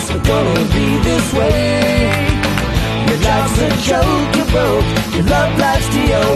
it's gonna be this way. Your life's a joke, you broke. Your love life's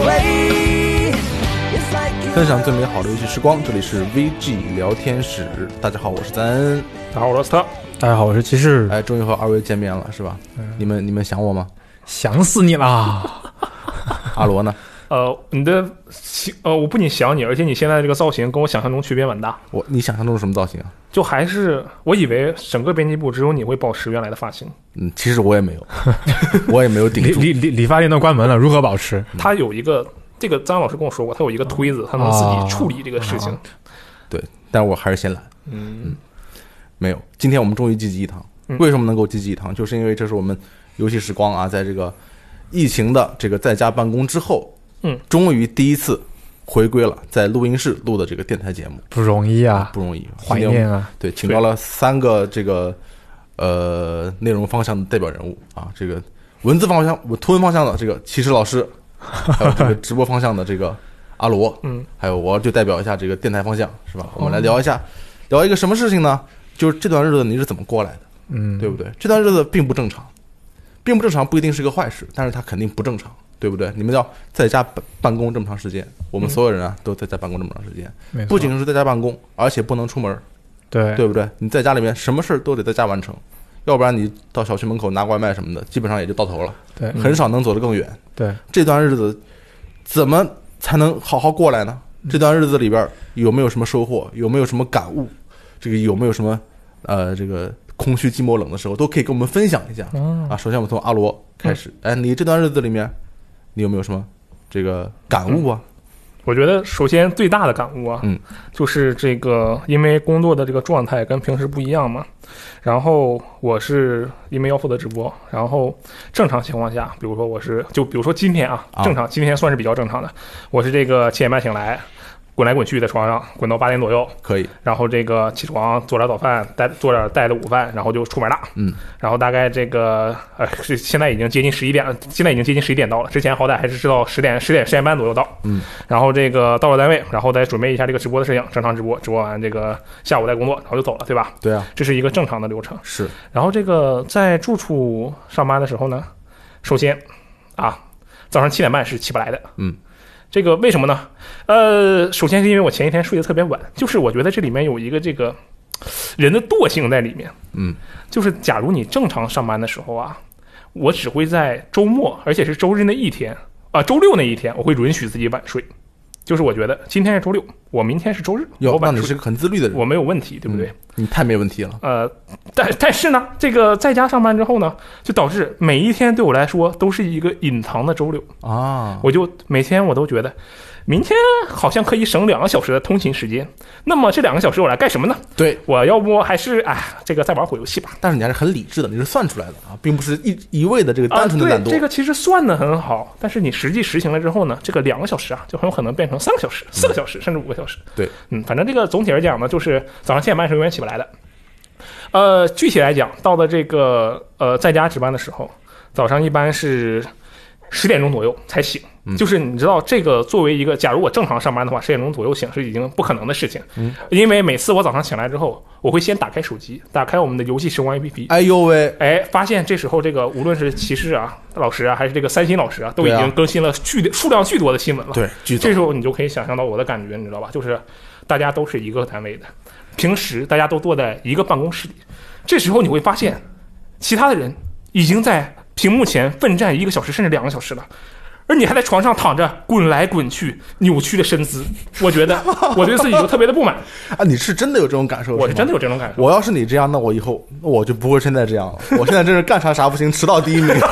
TOA. 分享最美好的游戏时光，这里是 VG 聊天室。大家好，我是赞恩。 大家好，我是罗斯特。 大家好，我是骑士。 哎，终于和二位见面了，是吧？你们想我吗？ 想死你啦！ 阿罗呢？ 你的我不仅想你，而且你现在这个造型跟我想象中区别蛮大。 你想象中是什么造型啊？ 就还是我以为整个编辑部只有你会保持原来的发型。 其实我也没有，我也没有顶住。 理发店都关门了，如何保持？ 他有一个这个张老师跟我说过，他有一个推子，他能自己处理这个事情。 对，但是我还是嫌懒。没有。今天我们终于积极一堂。为什么能够积极一堂？就是因为这是我们游戏时光啊，在这个疫情的这个在家办公之后，终于第一次回归了，在录音室录的这个电台节目， 不容易啊， 不容易， 怀念啊。 对，请到了3个这个内容方向的代表人物啊，这个文字方向、图文方向的这个骑士老师，还有这个直播方向的这个阿罗，还有我就代表一下这个电台方向，是吧？我们来聊一个什么事情呢？就是这段日子你是怎么过来的？对不对？这段日子并不正常，不一定是个坏事，但是它肯定不正常，对不对？你们要在家办公这么长时间，我们所有人啊都在家办公这么长时间，不仅是在家办公，而且不能出门，对不对？你在家里面什么事都得在家完成，要不然你到小区门口拿外卖什么的，基本上也就到头了，对，很少能走得更远。对，这段日子怎么才能好好过来呢？这段日子里边有没有什么收获？有没有什么感悟？这个有没有什么这个空虚寂寞冷的时候都可以跟我们分享一下啊。首先我们从阿罗开始，你这段日子里面你有没有什么这个感悟啊？ 我觉得首先最大的感悟啊，就是这个因为工作的这个状态跟平时不一样嘛，然后我是因为要负责直播，然后正常情况下，比如说今天啊，正常今天算是比较正常的，我是这个7点半醒来。滚来滚去在床上滚到8点左右可以， 然后这个起床做点早饭，做点带的午饭，然后就出门了。然后大概这个现在已经接近11点了，现在已经接近11点到了，之前好歹还是知道10点半左右到。然后这个到了单位，然后再准备一下这个直播的事情，正常直播完这个下午再工作，然后就走了，对吧？对啊，这是一个正常的流程。是。然后这个在住处上班的时候呢，首先早上7点半是起不来的。这个为什么呢？首先是因为我前一天睡得特别晚，就是我觉得这里面有一个这个人的惰性在里面。就是假如你正常上班的时候啊，我只会在周末，而且是周日那一天周六那一天，我会允许自己晚睡。就是我觉得今天是周六，我明天是周日，我晚睡。那你是个很自律的人， 我没有问题，对不对？ 你太没问题了。 但是呢，这个在家上班之后呢，就导致每一天对我来说都是一个隐藏的周六啊。我就每天我都觉得，明天好像可以省2个小时的通勤时间。那么这2个小时我来干什么呢？对，我要不还是这个再玩会游戏吧。 但是你还是很理智的，你是算出来的啊，并不是一味的这个单纯的懒惰。 对，这个其实算得很好，但是你实际实行了之后呢，这个2个小时就很有可能变成3个小时、4个小时，甚至5个小时。对，反正这个总体而讲呢，就是早上7点半是永远起不来的。具体来讲，到了这个在家值班的时候，早上一般是10点钟左右才醒。就是你知道这个作为一个，假如我正常上班的话，10点钟左右醒是已经不可能的事情。因为每次我早上醒来之后，我会先打开手机，打开我们的游戏时光 APP。哎呦喂，发现这时候这个无论是骑士老师还是这个3星老师都已经更新了数量巨多的新闻了。对，这时候你就可以想象到我的感觉，你知道吧？就是大家都是一个单位的，平时大家都坐在一个办公室里，这时候你会发现，其他的人已经在屏幕前奋战1个小时甚至2个小时了。而你还在床上躺着滚来滚去，扭曲的身姿，我觉得我对自己就特别的不满你是真的有这种感受？ 我是真的有这种感受。 我要是你这样，那我以后我就不会现在这样了。我现在真是干啥不行，迟到第1名。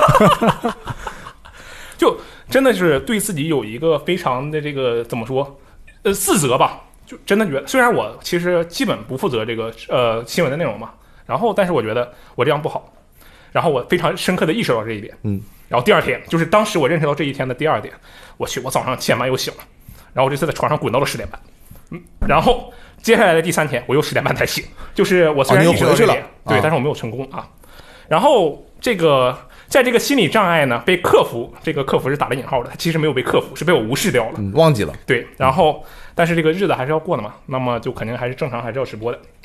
就真的是对自己有一个非常的这个怎么说自责吧。就真的觉得，虽然我其实基本不负责这个新闻的内容嘛，然后但是我觉得我这样不好，然后我非常深刻的意识到这一点。然后第2天，就是当时我认识到这一天的第2点，我早上7点半又醒了，然后我这次在床上滚到了10点半，然后接下来的第3天我又10点半才醒，就是我虽然意识到这点，对，但是我没有成功然后这个在这个心理障碍呢被克服，这个克服是打了引号的，它其实没有被克服，是被我无视掉了， 忘记了。 对，然后但是这个日子还是要过的嘛，那么就肯定还是正常还是要直播的。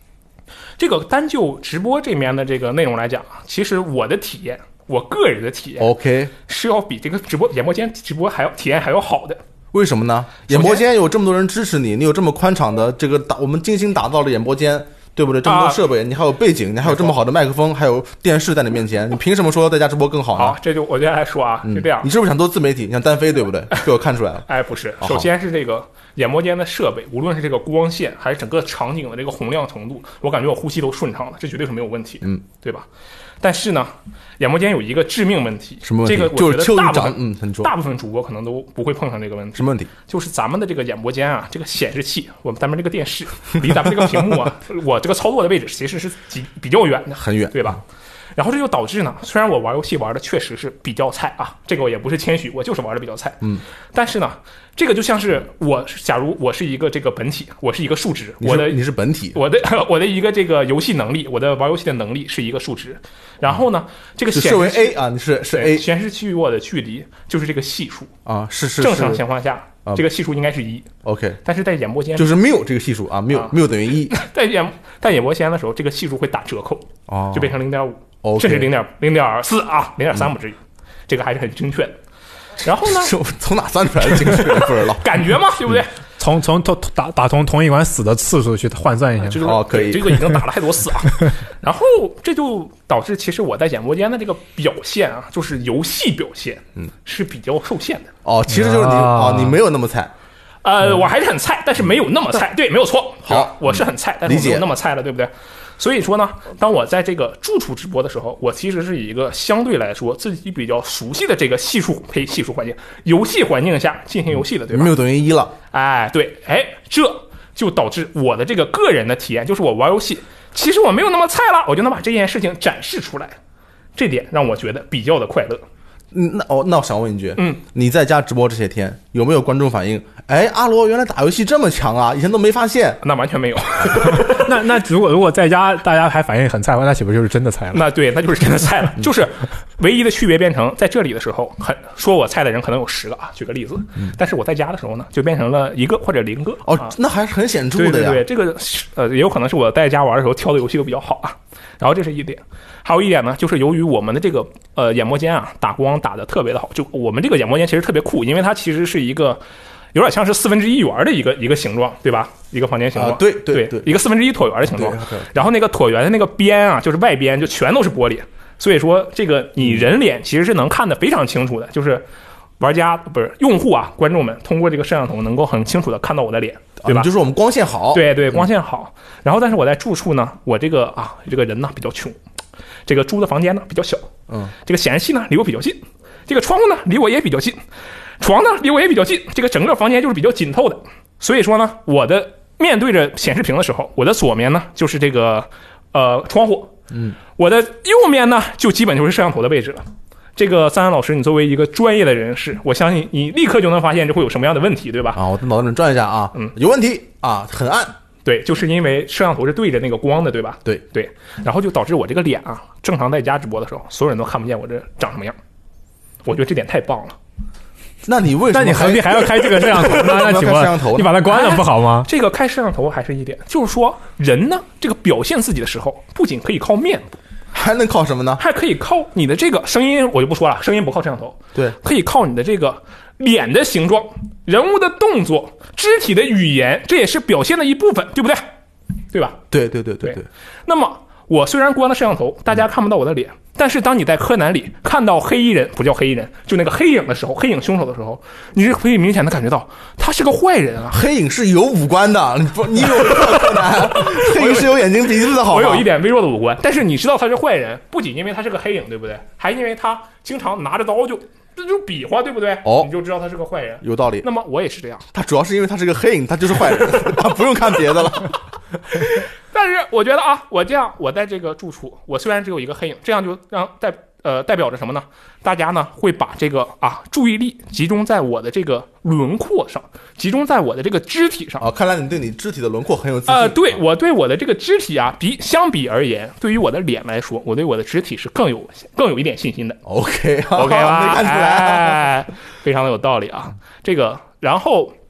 这个单就直播这面的这个内容来讲，其实我的体验，我个人的体验 ，OK， 是要比这个演播间直播还要体验还要好的。 为什么呢？演播间有这么多人支持你，你有这么宽敞的这个我们精心打造的演播间，对不对？这么多设备，你还有背景，你还有这么好的麦克风，还有电视在你面前，你凭什么说在家直播更好呢？ 好，这就我接下来说啊，是这样。 你是不是想做自媒体？你想单飞，对不对？被我看出来了。 哎，不是，首先是这个演播间的设备，无论是这个光线还是整个场景的这个洪亮程度，我感觉我呼吸都顺畅了，这绝对是没有问题的，对吧？但是呢，演播间有一个致命问题， 什么问题？ 这个我觉得大部分主播可能都不会碰上这个问题。 什么问题？ 就是咱们的这个演播间啊，这个显示器，咱们这个电视离咱们这个屏幕啊，我这个操作的位置其实是比较远的， 很远， 对吧？然后这就导致呢，虽然我玩游戏玩的确实是比较菜啊，这个我也不是谦虚，我就是玩的比较菜，但是呢，这个就像是假如我是一个这个本体，我是一个数值， 你是本体， 我的一个这个游戏能力，我的玩游戏的能力是一个数值，然后呢，这个设为 A 啊，你是 A， 显示器与我的距离就是这个系数啊，是正常情况下。这个系数应该是1 ，OK， 但是在演播间就是谬这个系数啊，谬等于1， 在演播间的时候，这个系数会打折扣，就变成0.5，甚至0.4啊，0.3不至于，这个还是很精确的。然后呢， 从哪算出来的精确不知道， 感觉嘛，对不对？ 从打通同一款死的次数去换算一下， 就是可以， 这个已经打了太多死啊。然后这就导致其实我在演播间的这个表现啊，就是游戏表现，是比较受限的。 其实就是你没有那么菜。 我还是很菜，但是没有那么菜，对，没有错。好，我是很菜，但是没有那么菜了，对不对？所以说呢，当我在这个住处直播的时候，我其实是以一个相对来说自己比较熟悉的这个系数环境、游戏环境下进行游戏的，对吧？ 谬等于1了。 哎，对，这就导致我的这个个人的体验，就是我玩游戏，其实我没有那么菜了，我就能把这件事情展示出来，这点让我觉得比较的快乐。 那我想问一句，你在家直播这些天有没有观众反映？哎，阿罗原来打游戏这么强啊，以前都没发现。 那完全没有。 那如果在家大家还反应很菜的话，那岂不就是真的菜了？ 那对，那就是真的菜了。就是唯一的区别变成在这里的时候，说我菜的人可能有10个啊，举个例子。但是我在家的时候呢，就变成了1个或者0个。 那还是很显著的呀。 对，这个也有可能是我在家玩的时候挑的游戏都比较好啊。然后这是一点，还有一点呢，就是由于我们的这个演播间啊，打光打的特别的好，就我们这个演播间其实特别酷，因为它其实是一个有点像是1/4圆的一个形状，对吧？一个房间形状， 对， 一个1/4椭圆的形状。然后那个椭圆的那个边啊，就是外边就全都是玻璃，所以说这个你人脸其实是能看得非常清楚的，就是玩家不是用户啊，观众们通过这个摄像头能够很清楚的看到我的脸，对吧？ 就是我们光线好， 对，光线好。然后但是我在住处呢，我这个人呢比较穷，这个租的房间呢比较小，这个显示器呢离我比较近，这个窗户呢离我也比较近，床呢离我也比较近，这个整个房间就是比较紧凑的。所以说呢，我的面对着显示屏的时候，我的左面呢就是这个窗户，我的右面呢就基本就是摄像头的位置了。这个三安老师，你作为一个专业的人士，我相信你立刻就能发现这会有什么样的问题，对吧？ 我的脑子里转一下啊，有问题啊，很暗。 对，就是因为摄像头是对着那个光的，对吧？ 对， 然后就导致我这个脸啊，正常在家直播的时候，所有人都看不见我这长什么样。我觉得这点太棒了。 那你为什么？ 那你何必还要开这个摄像头呢？那请问你把它关了不好吗？ 这个开摄像头还是一点，就是说人呢，这个表现自己的时候，不仅可以靠面部， 还能靠什么呢？ 还可以靠你的这个声音，我就不说了，声音不靠摄像头。 对， 可以靠你的这个脸的形状、人物的动作、肢体的语言，这也是表现的一部分，对不对？对吧？ 对。 那么我虽然关了摄像头，大家看不到我的脸，但是当你在柯南里看到黑衣人，不叫黑衣人，就那个黑影的时候，黑影凶手的时候，你是可以明显的感觉到他是个坏人啊。 黑影是有五官的，你有柯南，黑影是有眼睛鼻子的，好吗？ 我有一点微弱的五官，但是你知道他是坏人，不仅因为他是个黑影，对不对？还因为他经常拿着刀就比划，对不对？你就知道他是个坏人， 有道理。 那么我也是这样， 他主要是因为他是个黑影，他就是坏人，他不用看别的了。 但是我觉得啊，我在这个住处，我虽然只有一个黑影，这样就让代表着什么呢？大家呢会把这个注意力集中在我的这个轮廓上，集中在我的这个肢体上。 看来你对你肢体的轮廓很有自信。 对，我对我的这个肢体啊，相比而言，对于我的脸来说，我对我的肢体是更有一点信心的。 OK 吧？ 没看出来， 非常的有道理啊。这个，然后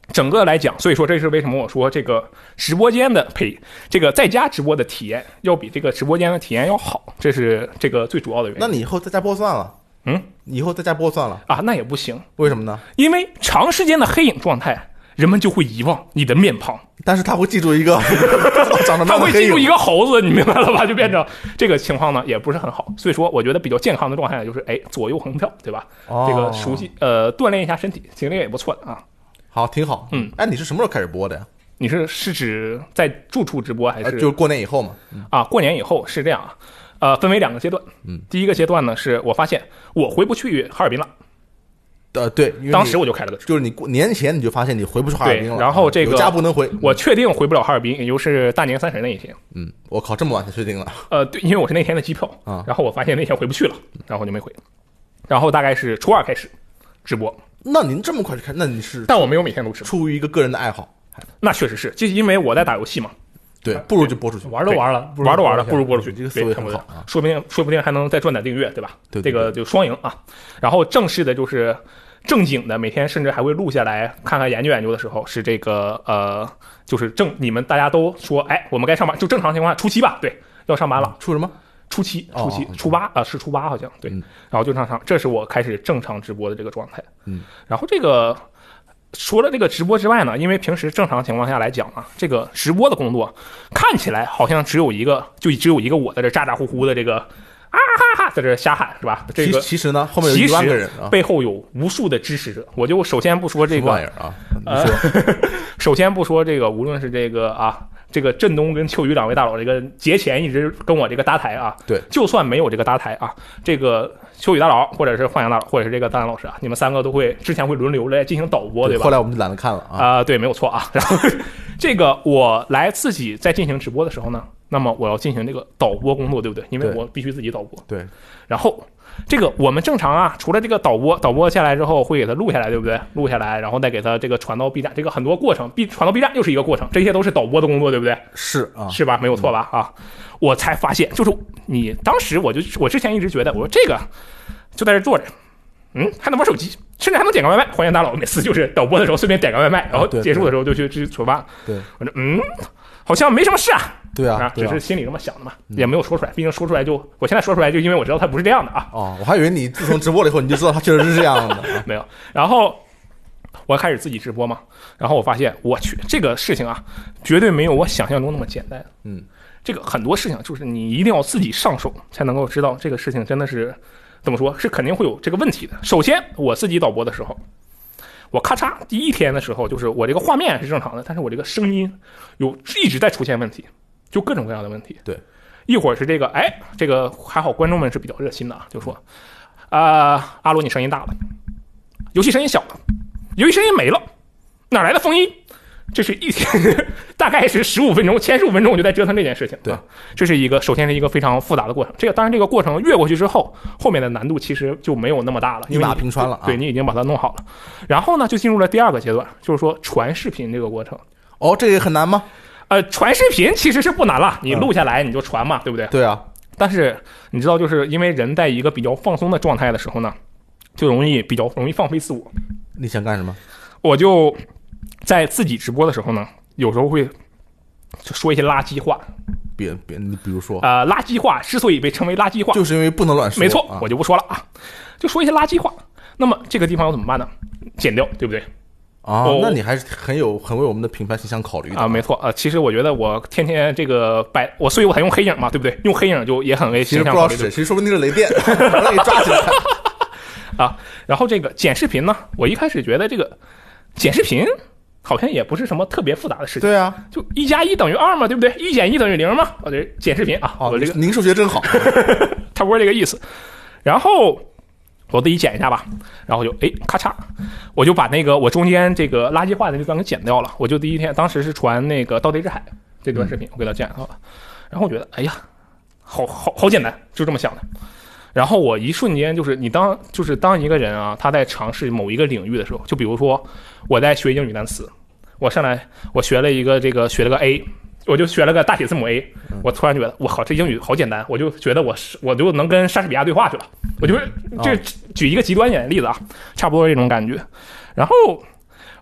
整个来讲，所以说这是为什么我说这个直播间的这个在家直播的体验要比这个直播间的体验要好，这是这个最主要的原因。 那你以后在家播算了。你以后在家播算了啊？那也不行。 为什么呢？ 因为长时间的黑影状态，人们就会遗忘你的面庞， 但是他会记住一个长得他会记住一个猴子，你明白了吧？就变成这个情况呢，也不是很好。所以说，我觉得比较健康的状态就是左右横跳，对吧？这个熟悉锻炼一下身体，其实也不错的啊。 好，挺好。你是什么时候开始播的呀？ 你是指在住处直播还是？ 就是过年以后嘛。 过年以后是这样啊。分为2个阶段。第一个阶段呢，是我发现我回不去哈尔滨了。 对， 当时我就开了个直播， 就是你过年前你就发现你回不去哈尔滨了， 然后这个有家不能回， 我确定回不了哈尔滨，也就是大年30那一天。 我靠，这么晚才确定了？ 对，因为我是那天的机票啊，然后我发现那天回不去了，然后我就没回。然后大概是初2开始直播。 那您这么快就开，那你是？ 但我没有每天都直播， 出于一个个人的爱好。 那确实是，就是因为我在打游戏嘛。 对，不如就播出去， 玩都玩了， 不如播出去， 这个思维很好啊， 说不定还能再赚点订阅，对吧？ 对， 这个就双赢啊。然后正式的就是正经的，每天甚至还会录下来看看研究的时候，是这个就是你们大家都说，我们该上班，就正常情况下初7吧，对，要上班了。 初什么？ 初7，初8是初8好像对。然后就上，这是我开始正常直播的这个状态。然后这个。除了这个直播之外呢，因为平时正常情况下来讲啊，这个直播的工作看起来好像只有一个我在这咋咋呼呼的这个啊哈哈在这瞎喊是吧？这个其实呢，后面有1万个人啊， 背后有无数的支持者。我就首先不说这个玩意儿啊，你说首先不说这个，无论是这个这个振东跟秋雨2位大佬这个节前一直跟我这个搭台啊， 对， 就算没有这个搭台啊，这个秋雨大佬或者是幻阳大佬或者是这个大阳老师啊，你们3个都之前会轮流来进行导播，对吧？ 后来我们就懒得看了啊。 对，没有错啊。然后这个我来自己在进行直播的时候呢，那么我要进行这个导播工作，对不对？因为我必须自己导播。 对。 然后这个我们正常啊，除了这个导播下来之后会给它录下来，对不对？录下来，然后再给它这个传到 B 站，这个很多过程传到 B 站又是一个过程，这些都是导播的工作，对不对？ 是啊， 是吧？没有错吧？啊，我才发现，就是你当时我之前一直觉得，我说这个就在这坐着，还能玩手机，甚至还能点个外卖。欢迎大佬每次就是导播的时候随便点个外卖，然后结束的时候就去吃饭。 对， 我说好像没什么事啊。 对啊， 只是心里这么想的嘛，也没有说出来。毕竟说出来我现在说出来就因为我知道他不是这样的啊。 我还以为你自从直播了以后你就知道他确实是这样的。 没有。然后我开始自己直播嘛，然后我发现我去这个事情啊，绝对没有我想象中那么简单。这个很多事情就是你一定要自己上手才能够知道这个事情真的是怎么说，是肯定会有这个问题的。首先我自己导播的时候，我咔嚓第1天的时候，就是我这个画面是正常的，但是我这个声音一直在出现问题，就各种各样的问题。 对， 一会儿是这个这个还好，观众们是比较热心的啊，就说阿罗你声音大了，游戏声音小了，游戏声音没了，哪来的风衣？这是一天大概是15分钟，前15分钟我就在折腾这件事情。 对， 这是首先是一个非常复杂的过程。当然这个过程越过去之后，后面的难度其实就没有那么大了， 一马平川了。 对，你已经把它弄好了。然后呢，就进入了第2个阶段，就是说传视频这个过程。 这个很难吗？ 传视频其实是不难了，你录下来你就传嘛，对不对？ 对啊。 但是你知道，就是因为人在一个比较放松的状态的时候呢，就比较容易放飞自我。 你想干什么？ 我就在自己直播的时候呢，有时候会说一些垃圾话。 你比如说垃圾话之所以被称为垃圾话， 就是因为不能乱说。 没错，我就不说了啊，就说一些垃圾话。那么这个地方要怎么办呢？剪掉，对不对？ 那你还是很为我们的品牌形象考虑的啊。没错其实我觉得我天天这个所以我才用黑影嘛，对不对？用黑影就也很为形象考虑。 其实不知道是谁，说不定是雷电，把他给抓起来然后这个剪视频呢，我一开始觉得这个剪视频好像也不是什么特别复杂的事情。 对啊， 就1+1等于2嘛，对不对？1减1等于0嘛。这剪视频啊，我这个您数学真好， 差不多这个意思。然后我自己剪一下吧，然后就咔嚓，我就把那个我中间这个垃圾话的那段给剪掉了。我就第1天当时是传那个《盗贼之海》这段视频，我给它剪掉了。然后我觉得好简单，就这么想的。然后我一瞬间就是当一个人啊，他在尝试某一个领域的时候，就比如说我在学英语单词，我上来我学了个 A， 我就学了个大写字母 A， 我突然觉得我靠，这英语好简单，我就觉得我就能跟莎士比亚对话去了。我就是这举一个极端一点的例子啊，差不多这种感觉。然后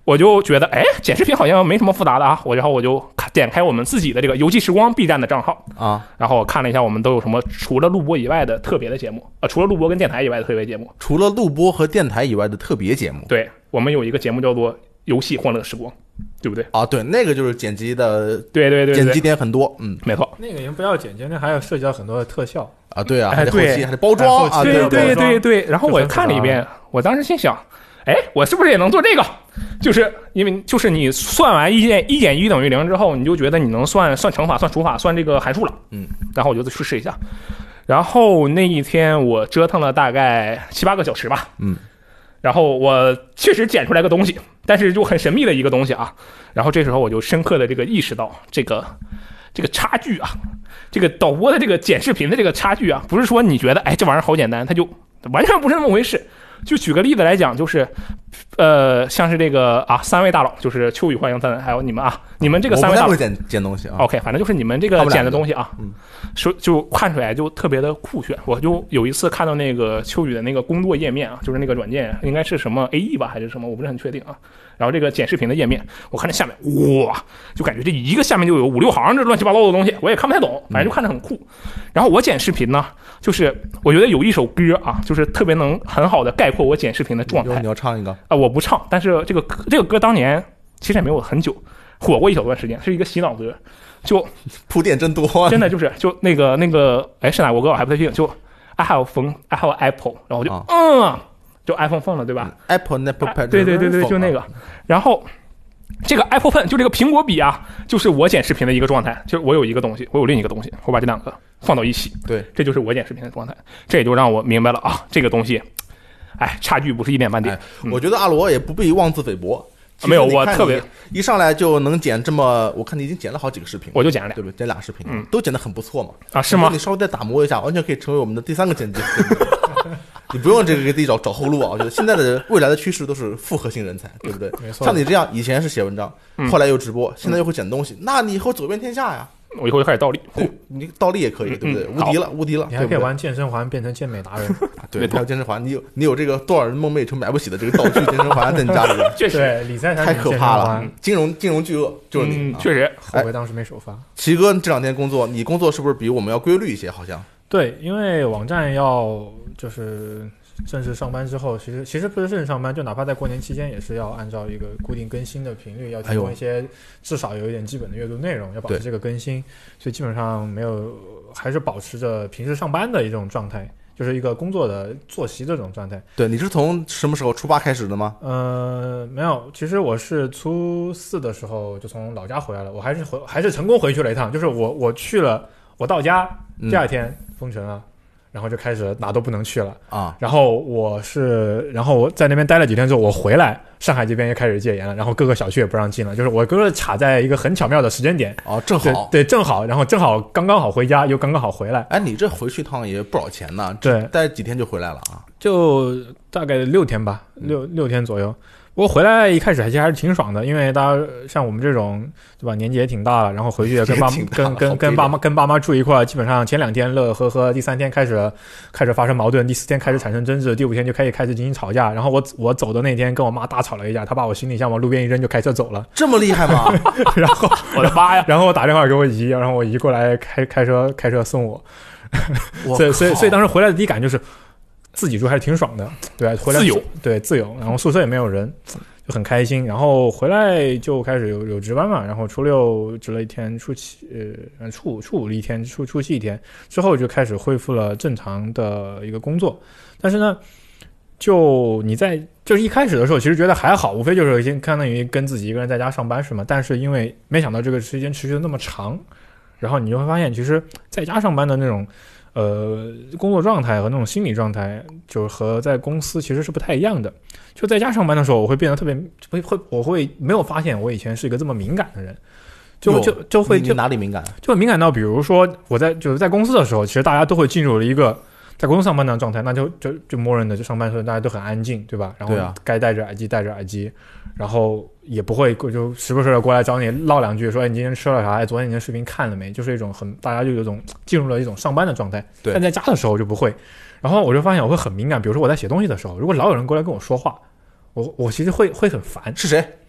我就觉得，哎，剪视频好像没什么复杂的啊，然后我就点开我们自己的这个游戏时光 B 站的账号啊， 然后我看了一下我们都有什么除了录播以外的特别的节目除了录播跟电台以外的特别节目， 除了录播和电台以外的特别节目。 对，我们有一个节目叫做游戏欢乐时光，对不对？ 啊，对，那个就是剪辑的， 对， 剪辑点很多， 没错。 那个人不要剪辑，那还要涉及到很多的特效啊，对啊， 哎还得后期，还得包装啊， 对。然后我看了一遍，我当时心想，哎，我是不是也能做这个？就是因为就是你算完1减1等于0之后，你就觉得你能算乘法、算除法、算这个函数了，然后我就去试一下。然后那一天我折腾了大概7、8个小时吧，然后我确实剪出来个东西，但是就很神秘的一个东西啊。然后这时候我就深刻的这个意识到这个差距啊，这个导播的这个剪视频的这个差距啊，不是说你觉得哎这玩意儿好简单，它就完全不是那么回事。就举个例子来讲，就是像是这个啊3位大佬，就是秋雨、幻影三，还有你们啊，你们这个3位大佬会剪东西啊。 OK， 反正就是你们这个剪的东西啊，就看出来就特别的酷炫。我就有一次看到那个秋雨的那个工作页面啊，就是那个软件应该是什么 AE 吧，还是什么，我不是很确定啊。然后这个剪视频的页面，我看这下面哇，就感觉这一个下面就有5、6行这乱七八糟的东西，我也看不太懂，反正就看着很酷。然后我剪视频呢，就是我觉得有一首歌啊，就是特别能很好的概括我剪视频的状态。 你要唱一个啊？我不唱，但是这个歌当年其实也没有很久，火过一小段时间，是一个洗脑歌，就铺垫真多啊， 真的就是就那个哎是哪国歌我还不太确定，就 I have phone I have Apple， 然后我就就 iPhone phone 了，对吧 ？Apple Pad， 对，就那个。然后这个 Apple pen 就这个苹果笔啊，就是我剪视频的一个状态。就是我有一个东西，我有另一个东西，我把这2个放到一起， 对， 这就是我剪视频的状态。这也就让我明白了啊，这个东西，哎，差距不是一点半点。 我觉得阿罗也不必妄自菲薄。 没有，我特别一上来就能剪这么，我看你已经剪了好几个视频， 我就剪了2， 对不对？剪2视频，都剪得很不错嘛。 啊，是吗？ 你稍微再打磨一下，完全可以成为我们的第3个剪辑。你不用这个给自己找后路啊！我觉得现在的未来的趋势都是复合型人才，对不对？ 没错。 像你这样，以前是写文章，后来又直播，现在又会剪东西，那你以后走遍天下呀！ 我以后就开始倒立， 你倒立也可以，对不对？无敌了！ 你还可以玩健身环，变成健美达人。 对，还有健身环，你有这个多少人梦寐以求买不起的这个道具健身环在你家里边， 确实， 对，理财太可怕了。金融巨鳄就是你， 确实。 后悔当时没首发。 齐哥这2天工作，你工作是不是比我们要规律一些？好像。 对，因为网站要就是正式上班之后，其实不是正式上班，就哪怕在过年期间也是要按照一个固定更新的频率，要提供一些至少有一点基本的阅读内容，要保持这个更新。所以基本上没有，还是保持着平时上班的一种状态，就是一个工作的作息这种状态。 对，你是从什么时候初8开始的吗？ 没有，其实我是初4的时候就从老家回来了，我还是成功回去了一趟，就是我去了，我到家第2天封城了。然后就开始哪都不能去了啊！ 然后我在那边待了几天之后，我回来，上海这边也开始戒严了，然后各个小区也不让进了，就是我哥卡在一个很巧妙的时间点哦，正好对，正好，然后正好刚好回家，又刚好回来。 哎，你这回去一趟也不少钱呢， 对， 待几天就回来了啊？ 就大概6天吧，6天左右。不过回来一开始还是挺爽的，因为大家像我们这种，对吧？年纪也挺大了，然后回去也跟爸妈住一块，基本上前2天乐呵呵，第3天开始发生矛盾，第4天开始产生争执，第5天就开始进行吵架。然后我走的那天跟我妈大吵了一架，她把我行李箱往路边一扔就开车走了。 这么厉害吗？ 然后我的妈呀！ 然后我打电话给我姨，然后我姨过来开车送我。所以当时回来的第一感就是自己住还是挺爽的，对，回来自由，然后宿舍也没有人，就很开心。然后回来就开始有值班嘛，然后初6值了1天，初5了1天，初71天，之后就开始恢复了正常的一个工作。但是呢，就是一开始的时候，其实觉得还好，无非就是相当于跟自己一个人在家上班是嘛。但是因为没想到这个时间持续的那么长，然后你就会发现，其实在家上班的那种工作状态和那种心理状态，就是和在公司其实是不太一样的。就在家上班的时候，我会变得特别我会没有发现我以前是一个这么敏感的人，就会你哪里敏感？ 就敏感到，比如说就是在公司的时候，其实大家都会进入了一个在公司上班的状态，那就默认的就上班的时候大家都很安静，对吧？然后该戴着耳机，然后也不会就时不时的过来找你唠2句，说哎你今天吃了啥？哎昨天你的视频看了没？就是一种大家就有种进入了一种上班的状态。但在家的时候就不会。然后我就发现我会很敏感，比如说我在写东西的时候，如果老有人过来跟我说话，我其实会很烦。 是谁？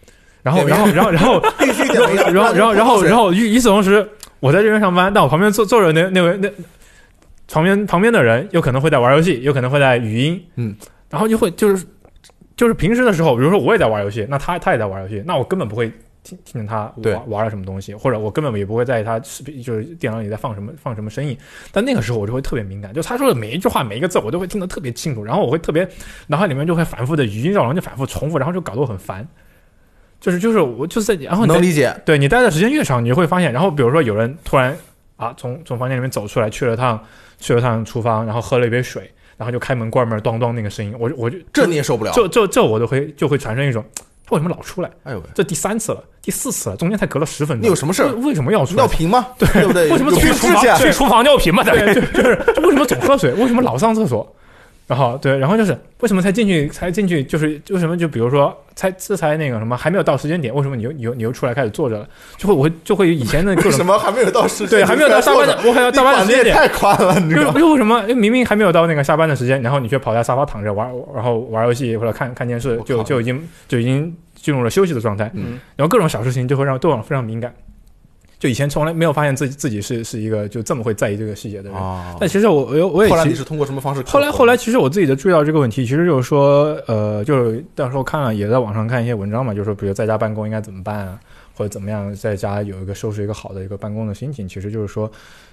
然后必须点名， 然后与此同时，我在这边上班，但我旁边坐着那旁边的人有可能会在玩游戏，有可能会在语音，然后就会就是平时的时候，比如说我也在玩游戏，那他也在玩游戏，那我根本不会听见他玩了什么东西，或者我根本也不会在意他就是电脑里在放什么声音。但那个时候我就会特别敏感，就他说的每一句话每一个字我都会听得特别清楚，然后我会特别脑海里面就会反复的语音绕廊就反复重复，然后就搞得我很烦。就是我就是在然后能理解， 对你待的时间越长，你就会发现，然后比如说有人突然从房间里面走出来，去了趟厨房，然后喝了一杯水。然后就开门关门咚咚那个声音，我就这你也受不了， 这我就会产生一种他为什么老出来？ 哎呦， 这第3次了，第4次了，中间才隔了10分钟， 你有什么事？ 为什么要出来？ 尿频吗？ 对不对？ 为什么总去厨房尿频嘛？ 对，就是为什么总喝水？为什么老上厕所？然后就是为什么才进去？就是为什么就比如说才那个什么还没有到时间点，为什么你又出来开始坐着了？我就会以前的各种什么还没有到时间， 对，还没有到下班的，我还要下班的时间点太宽了，你知道吗？ 为什么明明还没有到那个下班的时间，然后你却跑在沙发躺着然后玩游戏或者看电视，就已经进入了休息的状态。然后各种小事情就会让非常敏感。就以前从来没有发现自己是一个就这么会在意这个细节的人，但其实我也后来你是通过什么方式？ 后来其实我自己的注意到这个问题，其实就是说就是到时候看了也在网上看一些文章嘛，就是说比如在家办公应该怎么办啊，或者怎么样在家收拾一个好的一个办公的心情。其实就是说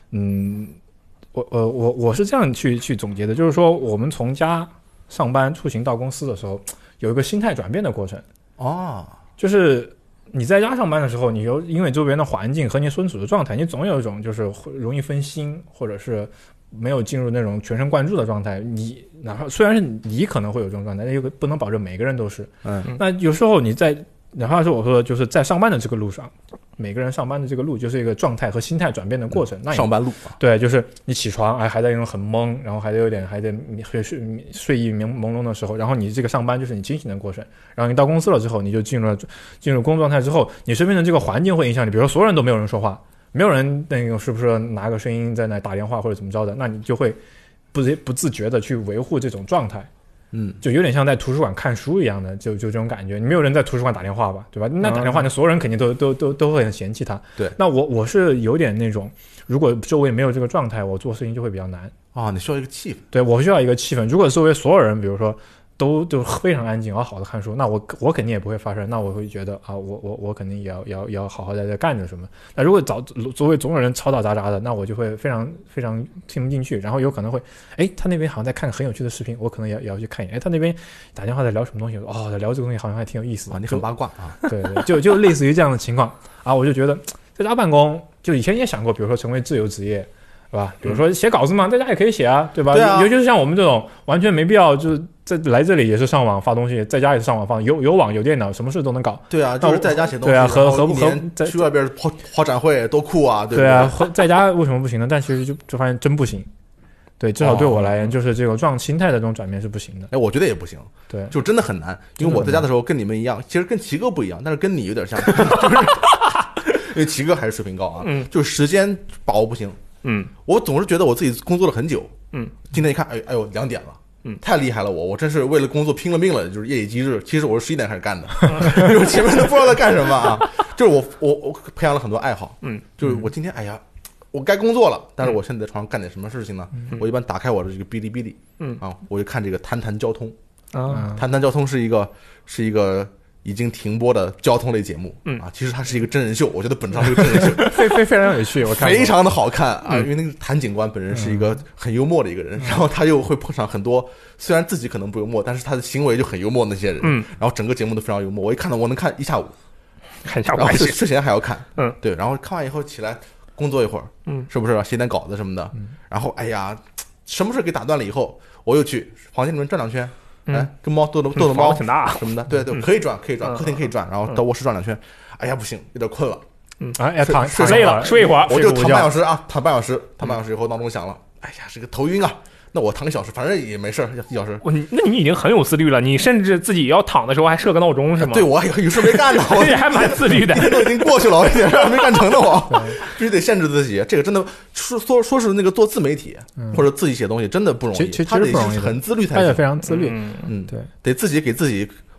我是这样去总结的，就是说我们从家上班出行到公司的时候有一个心态转变的过程就是你在家上班的时候，你因为周边的环境和你所处的状态，你总有一种就是容易分心，或者是没有进入那种全神贯注的状态。你哪怕虽然是你可能会有这种状态，但又不能保证每个人都是。那有时候你在哪怕是我说就是在上班的这个路上，每个人上班的这个路就是一个状态和心态转变的过程。那上班路对，就是你起床还在那种很懵，然后还在睡意朦胧的时候，然后你这个上班就是你清醒的过程，然后你到公司了之后，你就进入工作状态之后，你身边的这个环境会影响你，比如说所有人都没有人说话，没有人那个是不是拿个声音在那打电话或者怎么着的，那你就会不自觉的去维护这种状态。就有点像在图书馆看书一样的，就这种感觉。你没有人在图书馆打电话吧，对吧？那打电话，那所有人肯定都会很嫌弃他。 对， 那我是有点那种，如果周围没有这个状态，我做事情就会比较难你需要一个气氛。 对，我需要一个气氛。如果周围所有人，比如说都非常安静，好的看书，那我肯定也不会发声。那我会觉得我肯定也要好好在这干着什么。那如果周围总有人吵吵杂杂的，那我就会非常非常听不进去，然后有可能会，他那边好像在看很有趣的视频，我可能也要去看一眼。他那边打电话在聊什么东西，在聊这个东西好像还挺有意思的。 你很八卦对，就类似于这样的情况我就觉得在家办公，就以前也想过，比如说成为自由职业。对吧？比如说写稿子嘛，在家也可以写对吧？尤其是像我们这种完全没必要，就是来这里也是上网发东西，在家也是上网发，有网有电脑，什么事都能搞。 对啊，就是在家写东西。 对啊，和去外边跑展会多酷啊！对啊，在家为什么不行呢？但其实就发现真不行。对，至少对我来言，就是这个心态的这种转变是不行的。 我觉得也不行。 对， 就真的很难。因为我在家的时候跟你们一样，其实跟齐哥不一样，但是跟你有点像，就是因为齐哥还是水平高就是时间把握不行。我总是觉得我自己工作了很久。今天一看，哎呦，2点了。太厉害了！我真是为了工作拼了命了，就是夜以继日。其实我是11点开始干的，就是前面都不知道在干什么就是我培养了很多爱好。就是我今天我该工作了，但是我现在在床上干点什么事情呢？我一般打开我的这个哔哩哔哩，我就看这个谈谈交通。谈谈交通是一个已经停播的交通类节目其实它是一个真人秀，我觉得本质上是个真人秀， 非常有趣，我看非常的好看因为那个谭警官本人是一个很幽默的一个人，然后他又会碰上很多虽然自己可能不幽默，但是他的行为就很幽默的那些人然后整个节目都非常幽默，我一看到我能看一下午，然后睡前还要看对，然后看完以后起来工作一会儿是不是写点稿子什么的然后什么事给打断了以后，我又去房间里面转2圈跟猫逗逗猫挺大什么的，对，可以转，客厅可以转，然后到卧室转2圈。不行，有点困了， 睡累了，睡一会儿， 我就躺半小时躺半小时以后闹钟响了，这个头晕那我躺1小时，反正也没事，1小时。 那你已经很有自律了，你甚至自己要躺的时候还设个闹钟是吗？ 对，我有事没干呢， 我也还蛮自律的， 都已经过去了，我一点事还没干成呢，我必须得限制自己。这个真的说是那个做自媒体或者自己写东西真的不容易， 其实他得很自律才行， 他也非常自律， 对，得自己给自己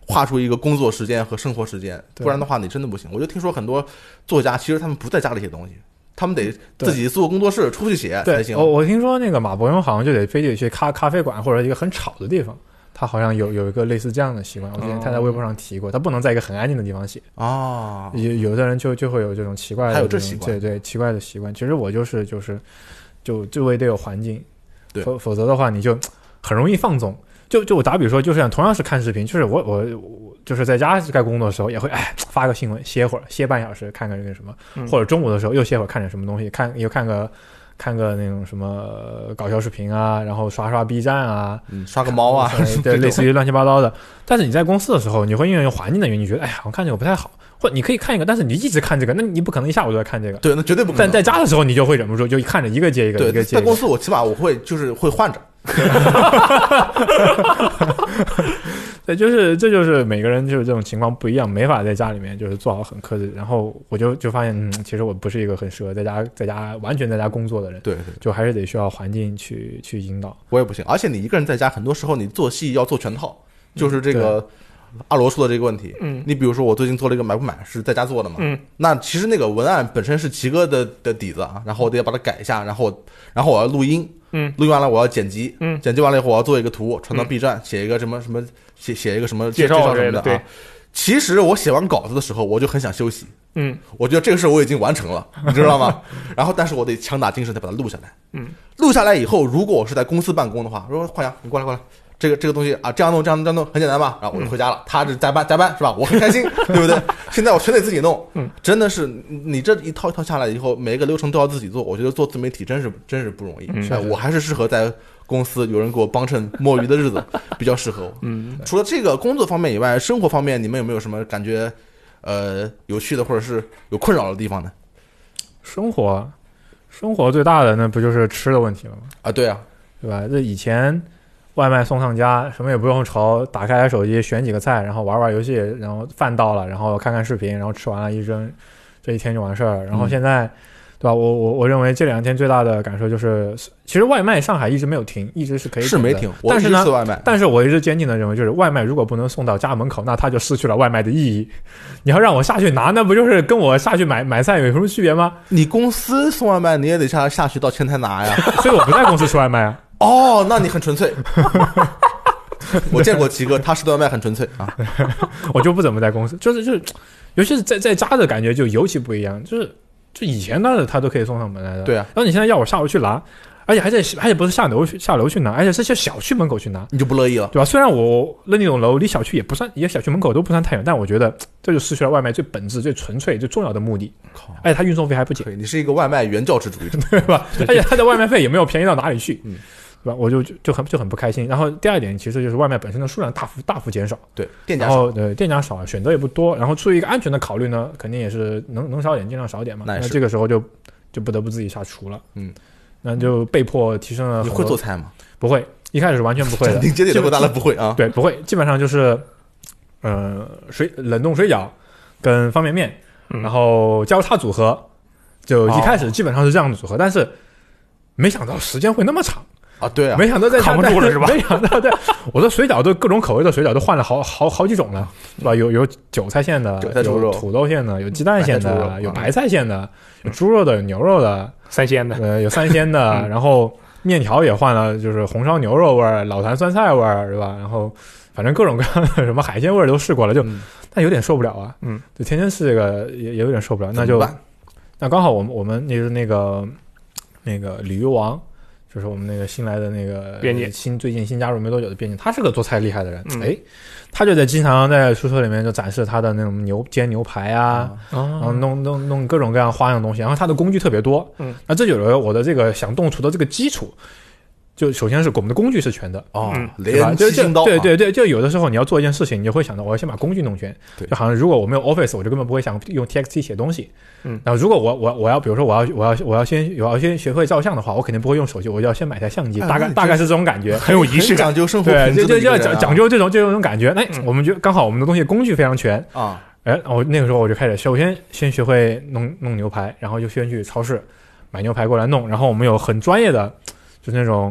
划出一个工作时间和生活时间，不然的话你真的不行。我就听说很多作家其实他们不在家里写东西，他们得自己做工作室出去写才行。 我听说那个马伯庸好像就得非得去咖啡馆或者一个很吵的地方，他好像有一个类似这样的习惯。我之前他在微博上提过，他不能在一个很安静的地方写啊。 有的人就会有这种奇怪的， 还有这习惯， 对奇怪的习惯。其实我就是周围得有环境， 对， 否则的话你就很容易放纵。就我打比说，就是像同样是看视频，就是我就是在家该工作的时候也会发个新闻歇会儿，歇半小时看看这个什么，或者中午的时候又歇会儿看点什么东西，又看个那种什么搞笑视频啊，然后刷 B 站啊， 刷个猫啊， 对，类似于乱七八糟的。但是你在公司的时候，你会因为环境的原因，你觉得我看这个不太好，或者你可以看一个，但是你一直看这个，那你不可能一下午都在看这个， 对，那绝对不可能。 但在家的时候，你就会忍不住就看着一个接一个， 对， 一个接一个。 在公司我起码我会换着。 对，这就是每个人就是这种情况不一样，没法在家里面就是做好很克制。然后我就发现，其实我不是一个很适合在家完全在家工作的人。 对， 就还是得需要环境去引导。 我也不行，而且你一个人在家，很多时候你做戏要做全套，就是这个阿罗说的这个问题。你比如说我最近做了一个买不买是在家做的嘛，那其实那个文案本身是齐哥的底子啊，然后我得把它改一下，然后我要录音。录完了我要剪辑，剪辑完了以后我要做一个图传到 B 站，写一个什么什么写一个什么介绍什么的啊。其实我写完稿子的时候我就很想休息，我觉得这个事我已经完成了，你知道吗？然后但是我得强打精神再把它录下来，录下来以后，如果我是在公司办公的话，说焕阳你过来，这个东西啊，这样弄很简单吧？然后我就回家了，他是加班是吧？我很开心，对不对？现在我全得自己弄，真的是你这一套下来以后，每一个流程都要自己做，我觉得做自媒体真是不容易。我还是适合在公司有人给我帮衬摸鱼的日子比较适合我。除了这个工作方面以外，生活方面你们有没有什么感觉有趣的或者是有困扰的地方呢？ 生活最大的那不就是吃的问题了吗？ 啊，对啊， 对吧？这以前外卖送上家，什么也不用愁，打开手机选几个菜，然后玩游戏，然后饭到了，然后看看视频，然后吃完了一扔，这一天就完事儿。然后现在，对吧？我认为这2天最大的感受就是，其实外卖上海一直没有停，一直是可以是没停， 但是呢， 但是我一直坚定的认为，就是外卖如果不能送到家门口，那它就失去了外卖的意义。你要让我下去拿，那不就是跟我下去买菜有什么区别吗？ 你公司送外卖，你也得下去到前台拿呀。 所以我不在公司吃外卖啊。 哦，那你很纯粹。我见过齐哥，他吃的外卖很纯粹啊。 我就不怎么在公司，就是尤其是在家的感觉就尤其不一样。就以前他都可以送上门来的， 对啊。 然后你现在要我下楼去拿，而且不是下楼去拿，而且是去小区门口去拿， 你就不乐意了， 对吧？虽然我那种楼离小区也小区门口都不算太远，但我觉得这就失去了外卖最本质、最纯粹、最重要的目的。而且它运送费还不减， 你是一个外卖原教旨主义者， 对吧？而且它的外卖费也没有便宜到哪里去，对吧？我就很不开心。然后第二点，其实就是外卖本身的数量大幅减少， 对，店家少， 店家少，选择也不多。然后出于一个安全的考虑呢，肯定也是能少点尽量少点嘛。那这个时候就不得不自己下厨了，那就被迫提升了。 你会做菜吗？ 不会，一开始是完全不会的。 顶尖点的大了不会啊？ 对，不会，基本上就是冷冻水饺跟方便面，然后交叉组合，就一开始基本上是这样的组合，但是没想到时间会那么长。 啊，对啊， 没想到扛不住了是吧？ 没想到，对，我的水饺都各种口味的水饺都换了好几种了，是吧？有韭菜馅的，有土豆馅的，有鸡蛋馅的，有白菜馅的，有猪肉的，有牛肉的， 三鲜的， 有三鲜的，然后面条也换了，就是红烧牛肉味儿、老坛酸菜味儿，是吧？然后反正各种各样的什么海鲜味儿都试过了，但有点受不了啊，就天天吃这个也有点受不了，那刚好我们那个鲤鱼王。就是我们那个新来的那个编辑， 最近新加入没多久的编辑，他是个做菜厉害的人，他就经常在宿舍里面就展示他的那种煎牛排啊，然后弄各种各样花样的东西，然后他的工具特别多，那这就有了我的这个想动厨的这个基础。就首先是我们的工具是全的连七星刀， 对，就有的时候你要做一件事情，你就会想到我要先把工具弄全，就好像如果我没有 Office， 我就根本不会想用 TXT 写东西。然后如果我要比如说我要先学会照相的话，我肯定不会用手机，我就要先买台相机，大概是这种感觉， 很有仪式感， 讲究生活品质， 对，就要讲究这种感觉。我们就刚好我们的东西工具非常全啊。 我那个时候我就开始首先学会弄牛排，然后就先去超市买牛排过来弄，然后我们有很专业的，就是那种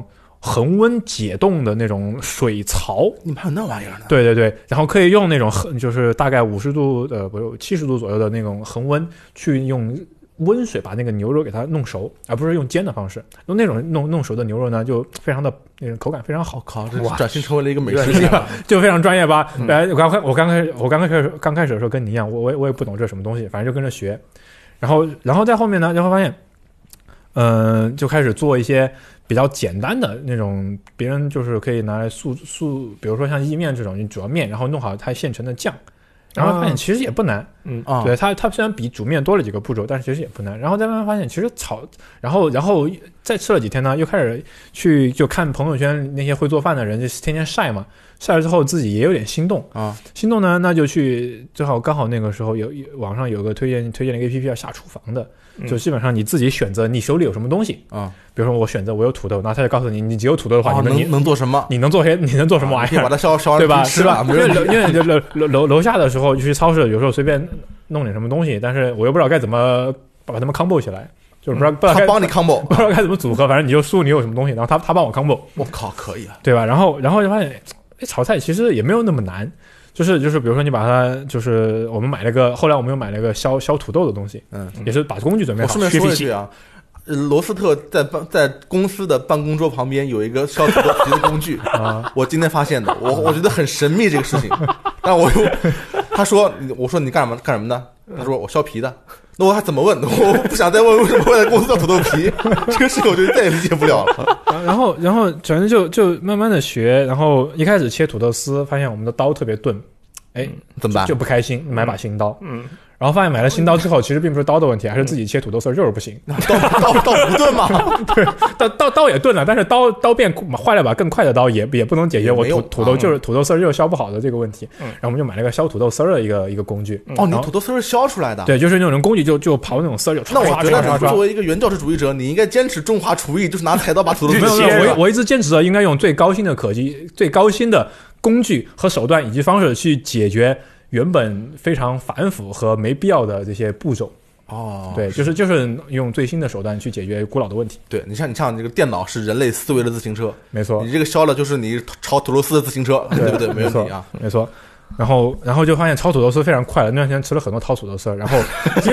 恒温解冻的那种水槽。 你们还有那玩意儿呢？ 对对对，然后可以用那种就是大概50度不是70度左右的那种恒温，去用温水把那个牛肉给它弄熟，而不是用煎的方式。用那种弄熟的牛肉呢，就非常的那种口感非常好。 靠，这转型成为了一个美食家， 就非常专业吧？我刚开始的时候跟你一样，我也不懂这是什么东西，反正就跟着学。然后在后面呢，就会发现，就开始做一些比较简单的那种，别人就是可以拿来速，比如说像意面这种，你煮了面，然后弄好它现成的酱。然后发现其实也不难，对，它虽然比煮面多了几个步骤，但是其实也不难。然后再慢慢发现，其实然后再吃了几天呢，又开始就看朋友圈那些会做饭的人，就天天晒嘛，晒了之后自己也有点心动啊，心动呢，那就去刚好那个时候网上有个推荐了一个 APP 叫下厨房的，就基本上你自己选择你手里有什么东西啊，比如说我选择我有土豆，然后他就告诉你，你只有土豆的话，你能做什么？ 你能做什么玩意儿？ 把它烧对吧？ 吃吧， 因为楼下的时候就去超市，有时候随便弄点什么东西，但是我又不知道该怎么把它们 combo 起来，就是不知道他帮你 combo， 不知道该怎么组合，反正你就输你有什么东西，然后他帮我 combo。 我靠，可以啊， 对吧？然后就发现，炒菜其实也没有那么难。就是比如说你把它，就是我们后来我们又买了一个削土豆的东西，也是把工具准备好。 我顺便说一句啊，罗斯特在公司的办公桌旁边有一个削土豆皮的工具啊，我今天发现的，我觉得很神秘这个事情，但我说你干什么的？他说我削皮的。那我还怎么问？我不想再问为什么会在公司叫土豆皮，这个事情我就再也理解不了了。 然后反正就慢慢的学，然后一开始切土豆丝，发现我们的刀特别钝， 怎么办？ 就不开心，买把新刀。然后发现买了新刀之后，其实并不是刀的问题，还是自己切土豆丝肉不行。 刀不钝吗？ 对，刀也钝了，但是刀变坏了把更快的刀也不能解决我土豆就是土豆丝肉削不好的这个问题。然后我们就买了个削土豆丝的一个工具。 哦，你土豆丝是削出来的？ 对，就是那种工具就刨那种丝就。 那我觉得作为一个原教旨主义者，你应该坚持中华厨艺，就是拿菜刀把土豆丝切。我一直坚持的应该用最高新的工具和手段以及方式去解决原本非常繁复和没必要的这些步骤。对，就是用最新的手段去解决古老的问题。 对，你像这个电脑是人类思维的自行车， 没错。 你这个削了就是你炒土豆丝的自行车，对不对？没问题啊， 没错。然后就发现炒土豆丝非常快了，那段时间吃了很多炒土豆丝，然后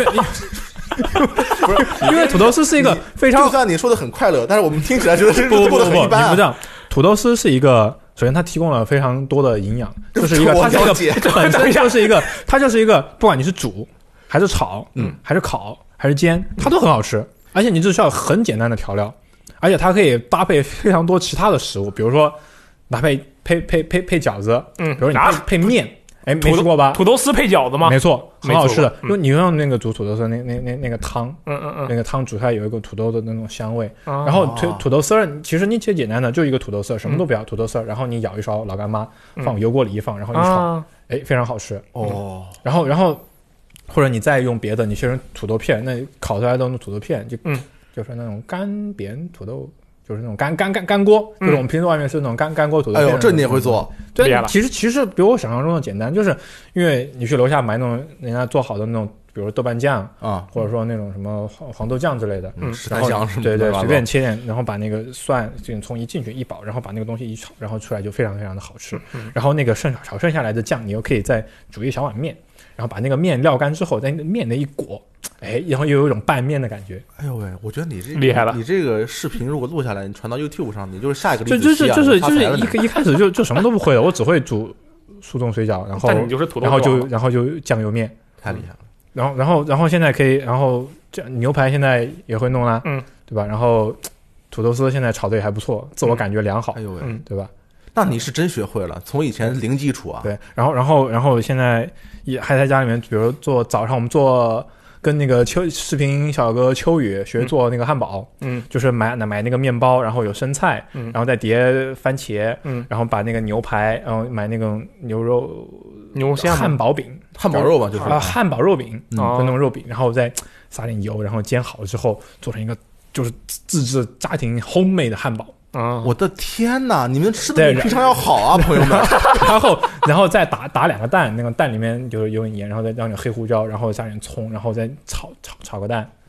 因为土豆丝是一个非常， 就算你说的很快乐，但是我们听起来觉得这过得很一般。 你不这样，土豆丝是一个。首先，它提供了非常多的营养，就是一个，它本身就是一个，不管你是煮还是炒，还是烤还是煎，它都很好吃，而且你只需要很简单的调料，而且它可以搭配非常多其他的食物，比如说搭配饺子，比如说你配面。没吃过吧？ 土豆丝配饺子吗？ 没错，很好吃的。因为你用那个煮土豆丝那个汤，那个汤煮出来有一个土豆的那种香味。然后土豆丝其实你切简单的，就一个土豆丝，什么都不要，土豆丝，然后你舀一勺老干妈，放油锅里一放，然后一炒，非常好吃。然后或者你再用别的，你切成土豆片，那烤出来的那种土豆片就是那种干煸土豆。就是那种干锅，就是我们平时外面是那种干锅土豆片。 哎呦，这你也会做？ 对，其实比我想象中的简单，就是因为你去楼下买那种人家做好的那种，比如豆瓣酱啊，或者说那种什么黄豆酱之类的， 然后对，随便切点，然后把那个蒜、葱一进去一煲，然后把那个东西一炒，然后出来就非常非常的好吃。然后那个炒剩下来的酱，你又可以再煮一小碗面，然后把那个面撂干之后，在那个面那一裹。然后又有一种拌面的感觉。 哎呦喂，我觉得你这厉害了！ 你这个视频如果录下来，你传到 YouTube 上，你就是下一个就是一开始就什么都不会的，我只会煮速冻水饺，然后但你就是土豆， 然后就酱油面， 太厉害了。 然后现在可以，然后这牛排现在也会弄啦，对吧？然后土豆丝现在炒的也还不错，自我感觉良好， 哎呦喂， 对吧？ 那你是真学会了，从以前零基础啊。 对，然后现在也还在家里面，比如做早上我们做。跟那个视频小哥秋雨学做那个汉堡，就是买那个面包，然后有生菜，然后再叠番茄，然后把那个牛排，然后买那种牛馅汉堡饼， 汉堡肉吧，就是汉堡肉饼，就那种肉饼，然后再撒点油，然后煎好了之后，做成一个就是自制家庭 homemade 的汉堡。 我的天哪！你们吃的比平常要好啊，朋友们。 然后再打2个蛋，那个蛋里面就是有盐，然后再加点黑胡椒，然后加点葱，然后再炒个蛋，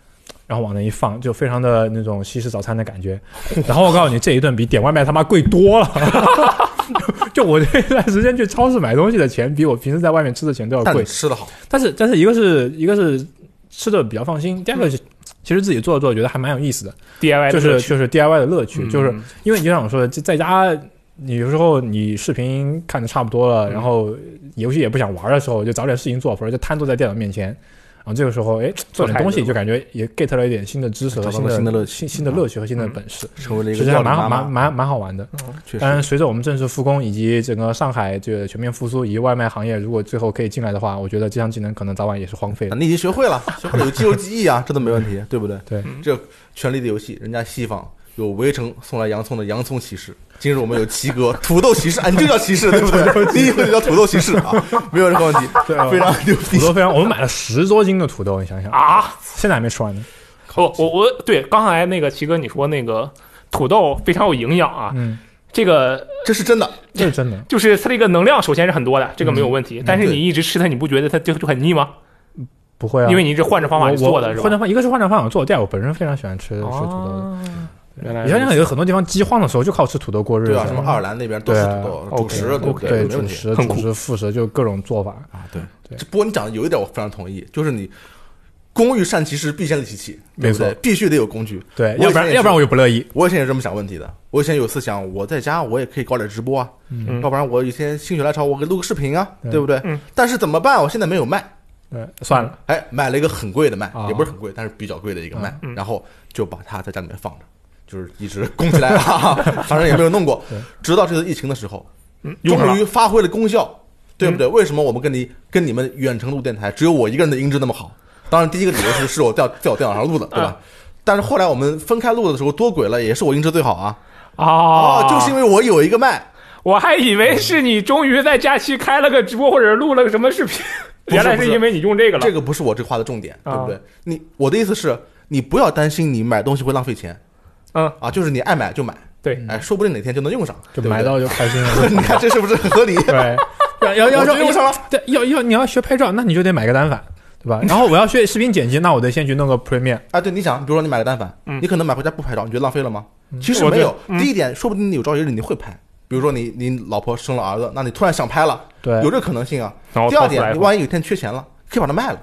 然后往那一放，就非常的那种西式早餐的感觉。然后我告诉你，这一顿比点外卖他妈贵多了。就我这段时间去超市买东西的钱，比我平时在外面吃的钱都要贵。 但吃的好， 但是一个是吃的比较放心，第二个是其实自己做觉得还蛮有意思的 DIY 就是 DIY 的乐趣，就是因为你就像我说的，在家你有时候你视频看的差不多了，然后游戏也不想玩的时候，就找点事情做，或者就瘫坐在电脑面前。然后这个时候，做点东西就感觉也 get 了一点新的知识和新的乐趣和新的本事， 成为了一个其实还蛮好玩的。当然，随着我们正式复工以及整个上海这个全面复苏，以及外卖行业如果最后可以进来的话，我觉得这项技能可能早晚也是荒废的。 你已经学会了有肌肉记忆啊，这都没问题，对不对？ 对， 这权力的游戏，人家西方有围城送来洋葱的洋葱骑士，今日我们有奇哥土豆骑士，你就叫骑士对不对？你以后就叫土豆骑士啊，没有任何问题，非常牛逼。 土豆非常，我们买了10多斤的土豆，你想想啊， 现在还没吃完呢。 我对刚才那个奇哥你说那个土豆非常有营养啊，这是真的， 这是真的， 就是它这个能量首先是很多的，这个没有问题。但是你一直吃它，你不觉得它就很腻吗？ 不会啊， 因为你一直换着方法做的，是吧？ 一个是换着方法做，第二我本身非常喜欢吃土豆的。 原来你想想，有很多地方饥荒的时候就靠吃土豆过日子。 对啊，什么爱尔兰那边都是土豆，主食，对不对？ 主食、副食就各种做法啊。对。不过你讲的有一点我非常同意，就是你工欲善其事，必先利其器，对不对？必须得有工具。 对，要不然我就不乐意。 我以前也这么想问题的。我以前有思想，我在家我也可以搞点直播啊，要不然我以前心血来潮，我给录个视频啊，对不对？但是怎么办？我现在没有麦。 对，算了。 买了一个很贵的麦，也不是很贵，但是比较贵的一个麦，然后就把它在家里面放着，就是一直供起来啊，反正也没有弄过。直到这次疫情的时候，终于发挥了功效，对不对？为什么我们跟你们远程录电台，只有我一个人的音质那么好？当然，第一个理由是我在我电脑上录的，对吧？但是后来我们分开录的时候多轨了，也是我音质最好啊。就是因为我有一个麦。 我还以为是你终于在假期开了个直播或者录了个什么视频。原来是因为你用这个了， 这个不是我这话的重点，对不对？我的意思是，你不要担心你买东西会浪费钱，就是你爱买就买， 对， 说不定哪天就能用上， 就买到就开心了。 你看这是不是很合理？ 对，要用上了， 对，你要学拍照，那你就得买个单反，对吧？然后我要学视频剪辑，那我得先去弄个 Premiere。 对，你想，比如说你买个单反，你可能买回家不拍照，你觉得浪费了吗？其实没有。第一点，说不定你有朝一日你会拍。比如说你老婆生了儿子，那你突然想拍了， 对， 有这个可能性啊。第二点，你万一有一天缺钱了，可以把它卖了。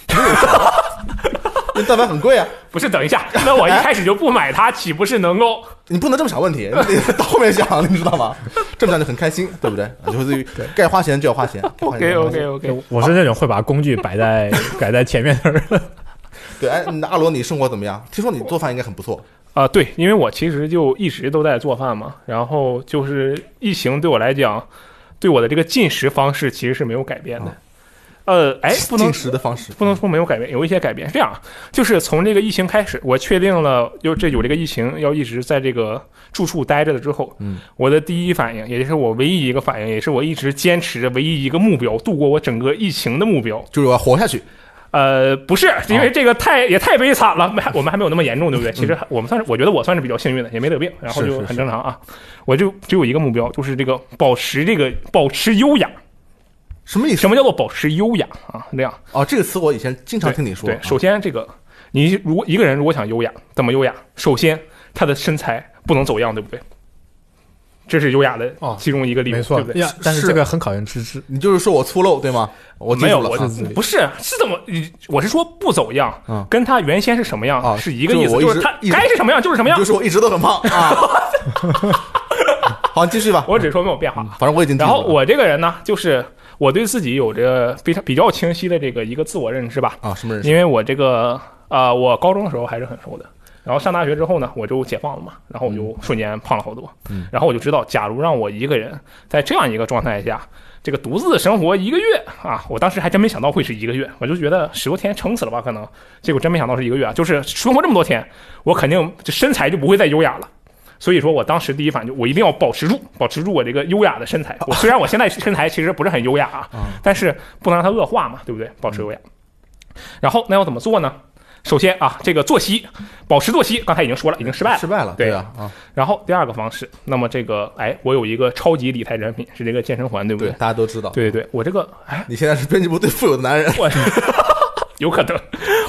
那单反很贵啊。 不是，等一下，那我一开始就不买它，岂不是能够？ 你不能这么想问题，你得到后面想，你知道吗？这么想就很开心，对不对？就是该花钱就要花钱。 OK， 我是那种会把工具摆在前面的人。 对，阿罗，你生活怎么样？听说你做饭应该很不错。 对，因为我其实就一直都在做饭嘛，然后就是疫情对我来讲，对我的这个进食方式其实是没有改变的。不能进食的方式不能说没有改变，有一些改变。这样，就是从这个疫情开始，我确定了有这个疫情要一直在这个住处待着了之后，我的第一反应，也就是我唯一一个反应，也是我一直坚持的唯一一个目标，度过我整个疫情的目标， 就是我要活下去。 不是，因为这个太悲惨了，我们还没有那么严重，对不对？其实我觉得我算是比较幸运的，也没得病，然后就很正常啊。我就只有一个目标，就是这个保持优雅。 什么意思？ 什么叫做保持优雅啊？这样这个词我以前经常听你说。 对，首先这个你如果一个人如果想优雅，怎么优雅？首先他的身材不能走样，对不对？这是优雅的其中一个例子， 没错， 对不对？ 但是这个很考验资质。 你就是说我粗陋对吗？我没有，不是怎么？我是说不走样，跟他原先是什么样是一个意思，就是他该是什么样就是什么样。 就是我一直都很胖啊。好，你继续吧。 我只是说没有变化， 反正我已经。 然后我这个人呢，就是我对自己有着比较清晰的这个一个自我认知吧。 什么认知？ 因为我这个我高中的时候还是很瘦的。然后上大学之后呢，我就解放了嘛，然后我就瞬间胖了好多。然后我就知道，假如让我一个人在这样一个状态下，这个独自生活1个月啊，我当时还真没想到会是1个月，我就觉得10多天撑死了吧可能，结果真没想到是1个月啊！就是生活这么多天，我肯定这身材就不会再优雅了。所以说我当时第一反应就我一定要保持住我这个优雅的身材。虽然我现在身材其实不是很优雅啊，但是不能让它恶化嘛，对不对？保持优雅。然后那要怎么做呢？首先这个作息，保持作息，刚才已经说了，已经失败了， 对啊。 然后第二个方式，那么这个我有一个超级理财产品是这个健身环，对不对？ 对，大家都知道。 对，我这个你现在是编辑部最富有的男人， 有可能。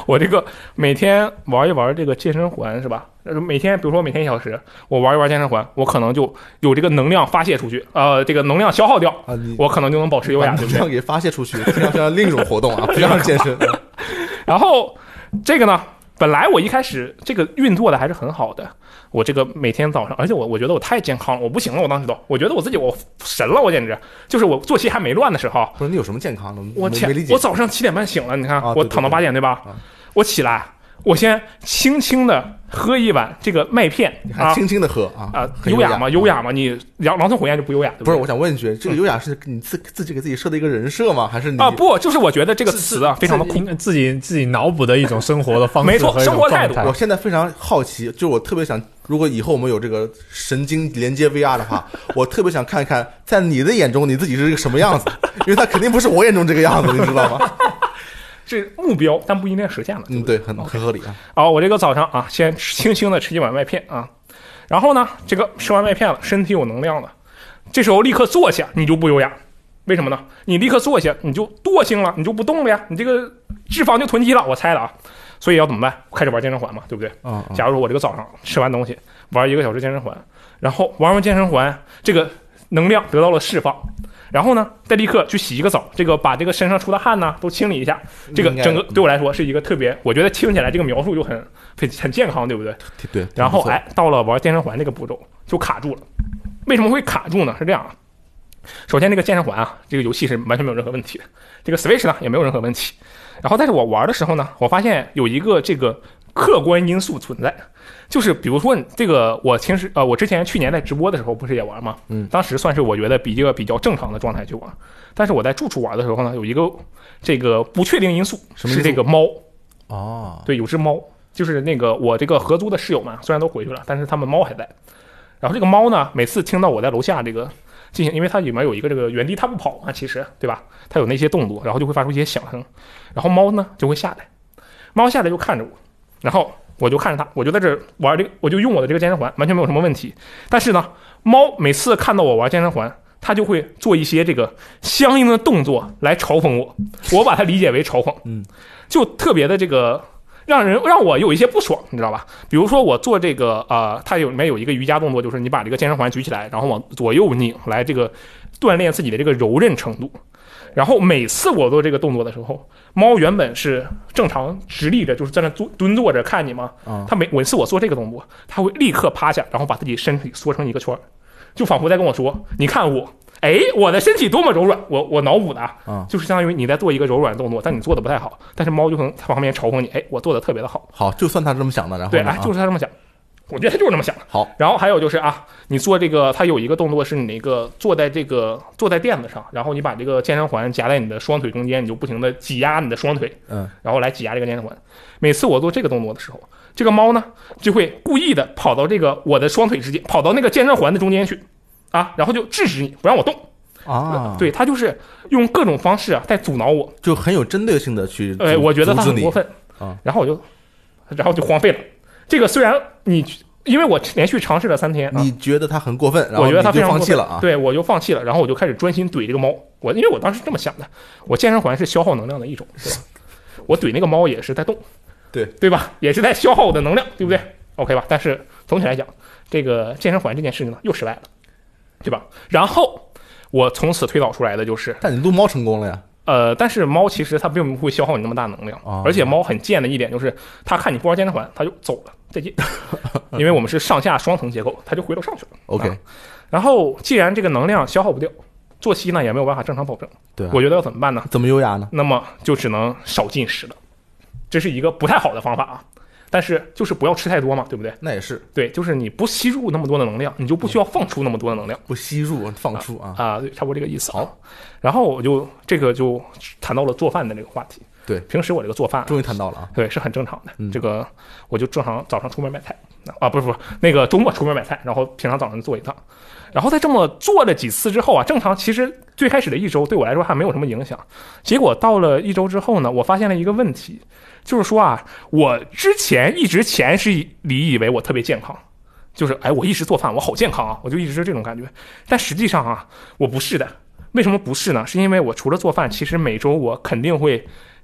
我这个每天玩一玩这个健身环是吧？每天比如说每天1小时，我玩一玩健身环，我可能就有这个能量发泄出去，这个能量消耗掉，我可能就能保持优雅，对不对？ 能量给发泄出去，听上去像另一种活动啊，不像健身。 然后这个呢，本来我一开始这个运作的还是很好的，我这个每天早上，而且我觉得我太健康了，我不行了，我当时我觉得我自己我神了，我简直就是我作息还没乱的时候。 不是你有什么健康的？ 我早上7点半醒了，你看我躺到8点对吧？我起来。我先轻轻的喝一碗这个麦片， 你还轻轻的喝优雅吗？优雅吗？你狼吞虎咽就不优雅，对不对？ 不是，我想问一句，这个优雅是你自己给自己设的一个人设吗？还是你不，就是我觉得这个词啊非常的酷， 自己脑补的一种生活的方式， 没错，生活态度。 我现在非常好奇，就我特别想，如果以后我们有这个神经连接 VR 的话，我特别想看一看，在你的眼中你自己是一个什么样子，因为它肯定不是我眼中这个样子，你知道吗？ 是目标，但不一定实现了。 对，很合理啊。 我这个早上啊，先轻轻的吃一碗麦片啊，然后呢，这个吃完麦片了，身体有能量了，这时候立刻坐下，你就不优雅。为什么呢？你立刻坐下，你就惰性了，你就不动了呀，你这个脂肪就囤积了。我猜的啊，所以要怎么办？开始玩健身环嘛，对不对？假如说我这个早上吃完东西，玩1个小时健身环，然后玩完健身环，这个能量得到了释放。然后呢，再立刻去洗一个澡，这个把这个身上出的汗呢都清理一下。这个整个对我来说是一个特别，我觉得听起来这个描述就很健康，对不对？ 对。 然后到了玩健身环这个步骤就卡住了。为什么会卡住呢？是这样啊。首先，这个健身环啊，这个游戏是完全没有任何问题的，这个 Switch 呢也没有任何问题。然后，但是我玩的时候呢，我发现有一个这个客观因素存在。就是比如说这个我之前去年在直播的时候不是也玩吗？当时算是我觉得比较正常的状态去玩。但是我在住处玩的时候呢，有一个这个不确定因素，是这个猫。对，有只猫，就是那个我这个合租的室友们虽然都回去了，但是他们猫还在。然后这个猫呢，每次听到我在楼下这个进行，因为它里面有一个这个原地踏步跑啊，其实对吧？它有那些动作，然后就会发出一些响声，然后猫呢就会下来，猫下来就看着我，然后我就看着它，我就在这玩这个，我就用我的这个健身环，完全没有什么问题。但是呢，猫每次看到我玩健身环，它就会做一些这个相应的动作来嘲讽我，我把它理解为嘲讽，就特别的这个让我有一些不爽，你知道吧？比如说我做这个它里面有一个瑜伽动作，就是你把这个健身环举起来，然后往左右拧来这个锻炼自己的这个柔韧程度。然后每次我做这个动作的时候，猫原本是正常直立着，就是在那蹲坐着看你嘛。它每次我做这个动作，它会立刻趴下，然后把自己身体缩成一个圈，就仿佛在跟我说：“你看我，我的身体多么柔软。”我脑补的就是相当于你在做一个柔软动作，但你做的不太好，但是猫就可能在旁边嘲讽你：“我做的特别的好。” 好，就算它这么想的，然后对，就是它这么想。我觉得他就是那么想的。 好， 然后还有就是你做这个，它有一个动作是你那个坐在垫子上，然后你把这个健身环夹在你的双腿中间，你就不停的挤压你的双腿，然后来挤压这个健身环。每次我做这个动作的时候，这个猫呢就会故意的跑到这个我的双腿之间，跑到那个健身环的中间去，然后就制止你，不让我动。对，它就是用各种方式在阻挠我， 就很有针对性的去我觉得它很过分然后就荒废了。这个虽然因为我连续尝试了3天， 你觉得它很过分，然后我觉得它非常放弃了对，我就放弃了，然后我就开始专心怼这个猫。因为我当时这么想的，我健身环是消耗能量的一种，对吧？我怼那个猫也是在动，对吧？也是在消耗我的能量，对不对？OK 吧？但是总体来讲，这个健身环这件事情呢又失败了，对吧？然后我从此推导出来的就是， 但你撸猫成功了呀。 但是猫其实它并不会消耗你那么大能量，而且猫很贱的一点就是，它看你不玩健身环，它就走了，再见。因为我们是上下双层结构，它就回头上去了。 OK。 然后既然这个能量消耗不掉，作息呢也没有办法正常保证， 对， 我觉得要怎么办呢？ 怎么优雅呢？ 那么就只能少进食了，这是一个不太好的方法但是就是不要吃太多嘛，对不对？ 那也是对，就是你不吸入那么多的能量，你就不需要放出那么多的能量。 不吸入放出对，差不多这个意思。 好， 然后我就谈到了做饭的这个话题。 对， 平时我这个做饭终于谈到了对，是很正常的。这个我就正常早上出门买菜不是那个周末出门买菜，然后平常早上做一趟，然后在这么做了几次之后正常其实最开始的1周对我来说还没有什么影响，结果到了1周之后呢，我发现了一个问题，就是说我之前一直潜意里以为我特别健康，就是我一直做饭我好健康我就一直是这种感觉，但实际上我不是的。为什么不是呢？是因为我除了做饭，其实每周我肯定会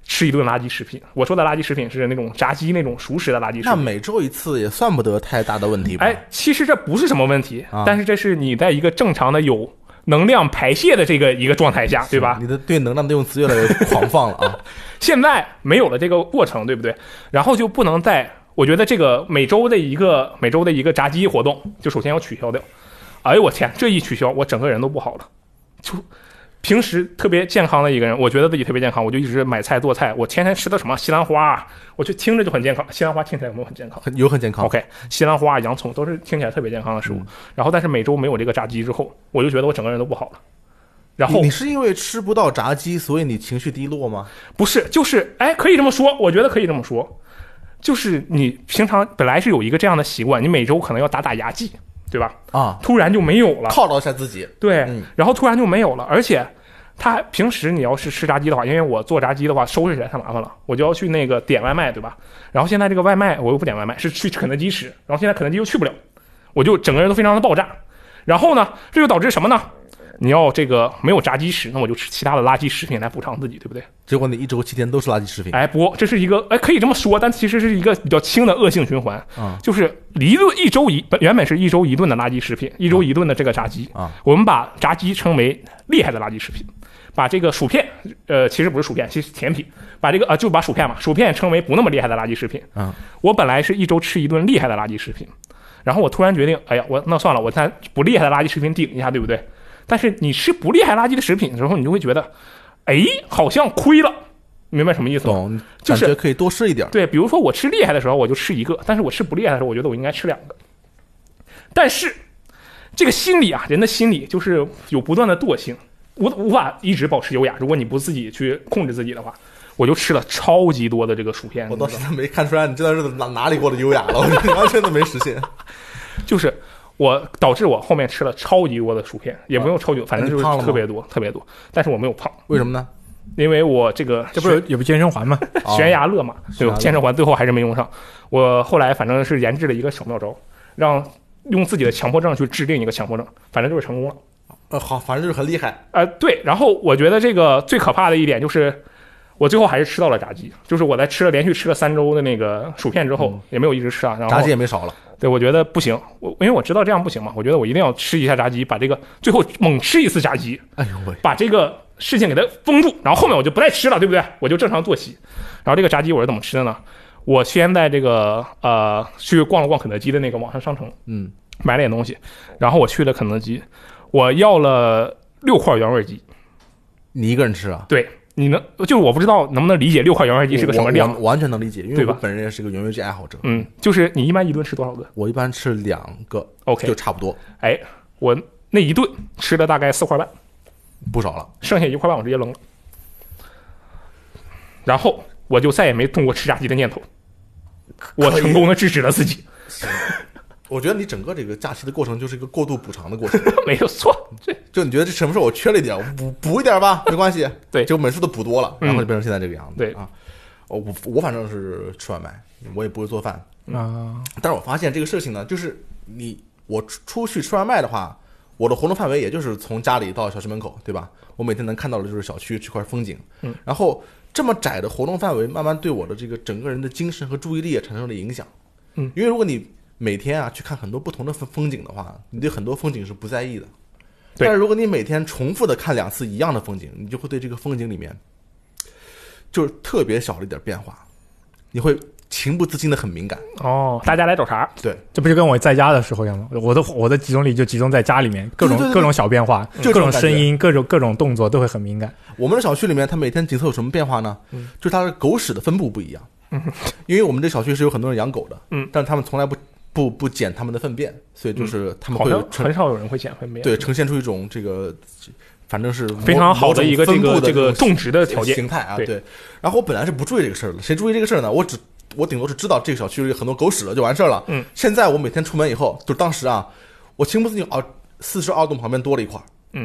吃一顿垃圾食品。我说的垃圾食品是那种炸鸡那种熟食的垃圾食品。 那每周一次也算不得太大的问题吧？ 哎，其实这不是什么问题， 啊， 但是这是你在一个正常的有能量排泄的一个状态下，对吧？ 你的对能量的用词越来越狂放了啊！ 现在没有了这个过程，对不对？然后就不能再，我觉得这个每周的一个炸鸡活动，就首先要取消掉。哎呦我天，这一取消，我整个人都不好了。就平时特别健康的一个人，我觉得自己特别健康，我就一直买菜做菜。我天天吃的什么西兰花，我就听着就很健康。西兰花听起来有没有很健康？ 有很健康。 OK， 西兰花、洋葱都是听起来特别健康的食物。然后，但是每周没有这个炸鸡之后，我就觉得我整个人都不好了。然后你是因为吃不到炸鸡，所以你情绪低落吗？ 不是，就是可以这么说，我觉得可以这么说，就是你平常本来是有一个这样的习惯，你每周可能要打牙祭。对吧？啊，突然就没有了， 犒劳一下自己。 对，然后突然就没有了，而且他平时你要是吃炸鸡的话，因为我做炸鸡的话收拾起来太麻烦了，我就要去那个点外卖，对吧？然后现在这个外卖我又不点外卖，是去肯德基吃，然后现在肯德基又去不了，我就整个人都非常的爆炸。然后呢，这就导致什么呢？你要这个没有炸鸡吃，那我就吃其他的垃圾食品来补偿自己，对不对？ 结果你一周7天都是垃圾食品。 不，这是一个可以这么说，但其实是一个比较轻的恶性循环。就是原本是一周一顿的垃圾食品，一周一顿的这个炸鸡我们把炸鸡称为厉害的垃圾食品，把这个薯片其实不是薯片，其实甜品，把这个就把薯片称为不那么厉害的垃圾食品。我本来是一周吃一顿厉害的垃圾食品，然后我突然决定，那算了，我看不厉害的垃圾食品顶一下，对不对？但是你吃不厉害垃圾的食品的时候，你就会觉得，好像亏了，明白什么意思吗？ 懂，就是感觉可以多吃一点。 对，比如说我吃厉害的时候，我就吃一个，但是我吃不厉害的时候，我觉得我应该吃2个。但是这个心理人的心理就是有不断的惰性，无法一直保持优雅。如果你不自己去控制自己的话，我就吃了超级多的这个薯片。 我到现在没看出来你这段日子哪里过得优雅了，我完全都没实现。 就是导致我后面吃了超级多的薯片，也不用超级多，反正就是特别多特别多，但是我没有胖。 为什么呢？ 因为我这不是有个健身环吗？ 悬崖勒马，对，健身环最后还是没用上。我后来反正是研制了一个小妙招，用自己的强迫症去治另一个强迫症，反正就是成功了。 好，反正就是很厉害。 对。然后我觉得这个最可怕的一点就是，我最后还是吃到了炸鸡，就是我在连续吃了3周的那个薯片之后，也没有一直吃然后炸鸡也没少了。 对，我觉得不行，因为我知道这样不行嘛，我觉得我一定要吃一下炸鸡，把这个最后猛吃一次炸鸡，把这个事情给它封住，然后后面我就不再吃了，对不对？我就正常作息。然后这个炸鸡我是怎么吃的呢？我先在这个去逛了逛肯德基的那个网上商城，买了点东西，然后我去了肯德基，我要了6块原味鸡。 你一个人吃啊？ 对。就是我不知道能不能理解6块原味鸡是个什么量。 我完全能理解，因为我本人也是个原味鸡爱好者。 就是你一般一顿吃多少个？ 我一般吃2个 ，OK， 就差不多。 我那一顿吃了大概4块半， 不少了， 剩下1块半我直接扔了。然后我就再也没动过吃炸鸡的念头，我成功的制止了自己。 我觉得你整个这个假期的过程就是一个过度补偿的过程。 没有错， 就你觉得这什么时候我缺了一点，我补一点吧，没关系。 对， 就每次都补多了，然后就变成现在这个样子。 对啊，我反正是吃外卖，我也不会做饭但是我发现这个事情呢，就是我出去吃外卖的话，我的活动范围也就是从家里到小区门口，对吧？我每天能看到的就是小区这块风景。然后这么窄的活动范围，慢慢对我的这个整个人的精神和注意力也产生了影响。因为如果你每天去看很多不同的风景的话，你对很多风景是不在意的。但是如果你每天重复的看2次一样的风景，你就会对这个风景里面就是特别小的一点变化，你会情不自禁的很敏感。 大家来找茬。 对， 这不是跟我在家的时候一样吗？我的集中力就集中在家里面，各种小变化，各种声音，各种动作都会很敏感。 我们的小区里面，它每天景色有什么变化呢？就是它的狗屎的分布不一样。因为我们这小区是有很多人养狗的，但是他们从来不捡他们的粪便，所以就是他们会很少有人会捡粪便， 对，呈现出一种这个反正是非常好的一个这个种植的条件形态啊。对。然后我本来是不注意这个事儿的，谁注意这个事儿呢？我顶多是知道这个小区有很多狗屎了就完事儿了。现在我每天出门以后，就当时我情不自禁42栋旁边多了一块。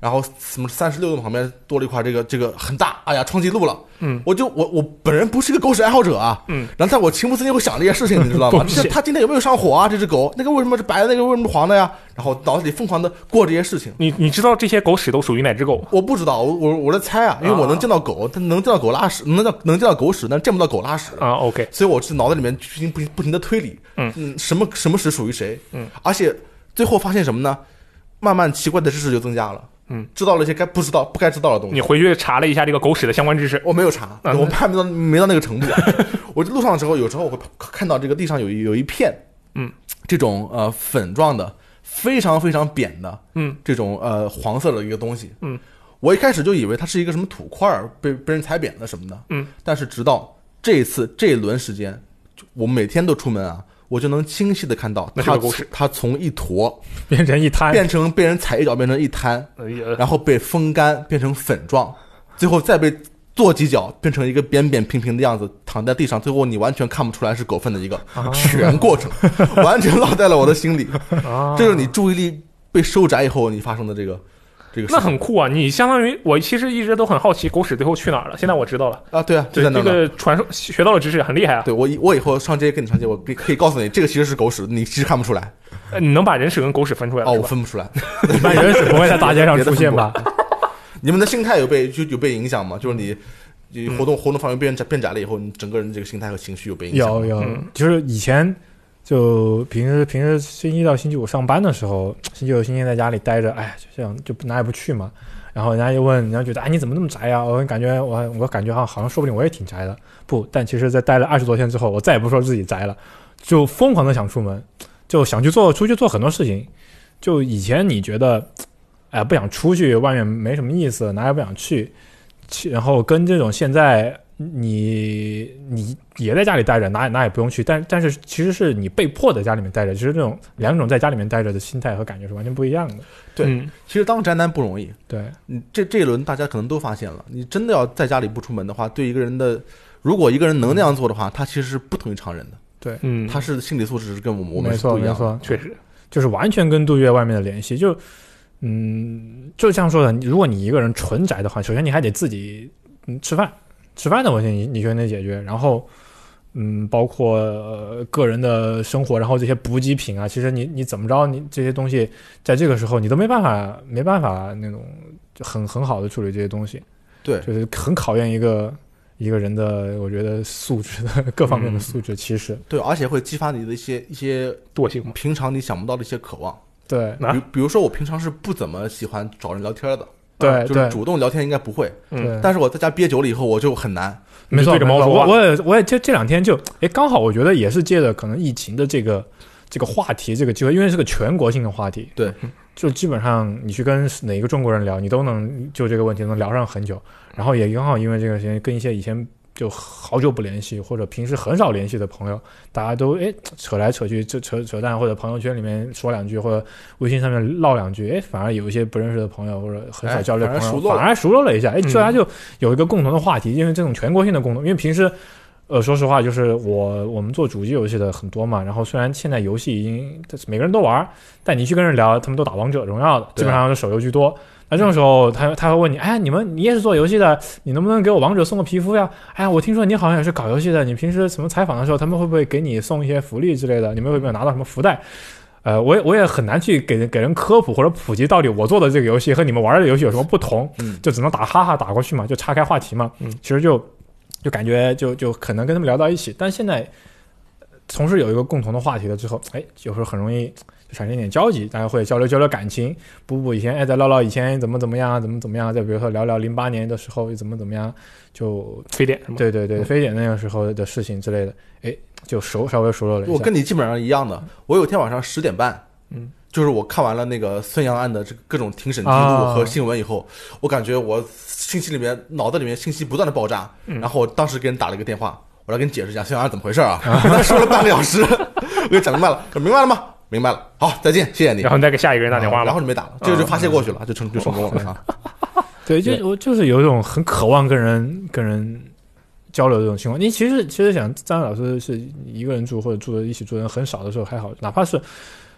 然后什么36栋旁边多了一块这个很大，哎呀，创纪录了。我本人不是个狗屎爱好者啊，然后但我情不自禁会想这些事情，你知道吗？它今天有没有上火啊？这只狗，那个为什么是白的？那个为什么是黄的呀？然后脑子里疯狂的过这些事情。 你知道这些狗屎都属于哪只狗？ 我不知道，我在猜啊，因为我能见到狗，但能见到狗拉屎，能见到狗屎，但见不到狗拉屎啊。OK， 所以我是脑袋里面不停的推理，什么屎属于谁？而且最后发现什么呢？慢慢奇怪的知识就增加了。知道了一些不该知道的东西。 你回去查了一下这个狗屎的相关知识？ 我没有查，我还没到那个程度。我路上的时候，有时候我会看到这个地上有一片，这种粉状的，非常非常扁的，这种黄色的一个东西，我一开始就以为它是一个什么土块被人踩扁了什么的，但是直到这一轮时间，我每天都出门啊。我就能清晰的看到它从一坨变成一滩， 变成被人踩一脚变成一滩，然后被风干变成粉状，最后再被跺几脚变成一个扁扁平平的样子，躺在地上，最后你完全看不出来是狗粪的一个全过程，完全落在了我的心里。这就是你注意力被收窄以后你发生的这个那很酷啊！你相当于我其实一直都很好奇狗屎最后去哪儿了，现在我知道了啊！对啊， 这个传说学到了知识很厉害啊！ 对我以后上街跟你上街，我可以告诉你，这个其实是狗屎，你其实看不出来。 你能把人屎跟狗屎分出来？ 哦，我分不出来。 一般人屎不会在大街上出现吧？ 你们的心态有被影响吗？就是你活动范围变窄了以后，你整个人这个心态和情绪有被影响？ 有，就是以前。就平时星期一到星期五上班的时候，星期六星期天在家里待着，哎，就这样就哪也不去嘛。然后人家就问，人家觉得，哎，你怎么那么宅啊？我感觉好像说不定我也挺宅的。不，但其实在待了20多天之后，我再也不说自己宅了，就疯狂的想出门，就想出去做很多事情。就以前你觉得，哎，不想出去，外面没什么意思，哪也不想去，然后跟这种现在。你也在家里待着，哪也不用去，但是其实是你被迫在家里面待着，其实这种两种在家里面待着的心态和感觉是完全不一样的。 对，其实当宅男不容易。 对， 这一轮大家可能都发现了，你真的要在家里不出门的话，对一个人的，如果一个人能那样做的话，他其实是不同于常人的。 对， 他是心理素质是跟我们是不一样的。 没错， 确实就是完全跟杜月外面的联系。就像说的，如果你一个人纯宅的话，首先你还得自己吃饭的问题你觉得能解决，然后包括个人的生活，然后这些补给品啊，其实你怎么着，你这些东西在这个时候你都没办法那种就很好的处理这些东西。 对， 就是很考验一个人的，我觉得素质的各方面的素质，其实对，而且会激发你的一些惰性， 平常你想不到的一些渴望。 对， 比如说我平常是不怎么喜欢找人聊天的。 对， 就是主动聊天应该不会，但是我在家憋久了以后，我就很难。 没错， 对着猫说话。 我也这两天就，刚好我觉得也是借着可能疫情的这个话题，这个机会，因为是个全国性的话题， 对， 就基本上你去跟哪个中国人聊，你都能就这个问题能聊上很久。然后也刚好因为这个时间，跟一些以前就好久不联系或者平时很少联系的朋友，大家都扯来扯去，扯淡，或者朋友圈里面说两句，或者微信上面唠两句，反而有一些不认识的朋友或者很少交流的朋友，反而熟络了一下，大家就有一个共同的话题，因为这种全国性的共同，因为平时说实话，就是我们做主机游戏的很多嘛，然后虽然现在游戏已经每个人都玩，但你去跟人聊，他们都打王者荣耀的，基本上是手游居多。那这种时候他会问你，哎，你也是做游戏的，你能不能给我王者送个皮肤呀？哎呀，我听说你好像也是搞游戏的，你平时什么采访的时候，他们会不会给你送一些福利之类的？你们有没有拿到什么福袋？我也很难去给人科普或者普及到底我做的这个游戏和你们玩的游戏有什么不同，就只能打哈哈打过去嘛，就岔开话题嘛。其实就感觉就可能跟他们聊到一起，但现在同时有一个共同的话题了之后，有时候很容易就产生一点交集，大家会交流感情，补以前，再唠以前怎么样，怎么样，再比如说聊08年的时候怎么样，就非典是吗？ 对，非典那个时候的事情之类的，就稍微熟络了一下。 我跟你基本上一样的，我有天晚上10点半，就是我看完了那个孙杨案的这个各种庭审记录和新闻以后，我感觉我脑袋里面信息不断的爆炸，然后我当时给人打了一个电话，我来跟你解释一下孙杨案怎么回事啊，说了半个小时，我给讲明白了，明白了吗？明白了，好，再见，谢谢你。 然后你再给下一个人打电话了， 然后就没打了，这个就发泄过去了，就成功了啊。 对，就是有一种很渴望跟人交流的这种情况。你其实想，张老师是一个人住或者一起住的人很少的时候还好，哪怕是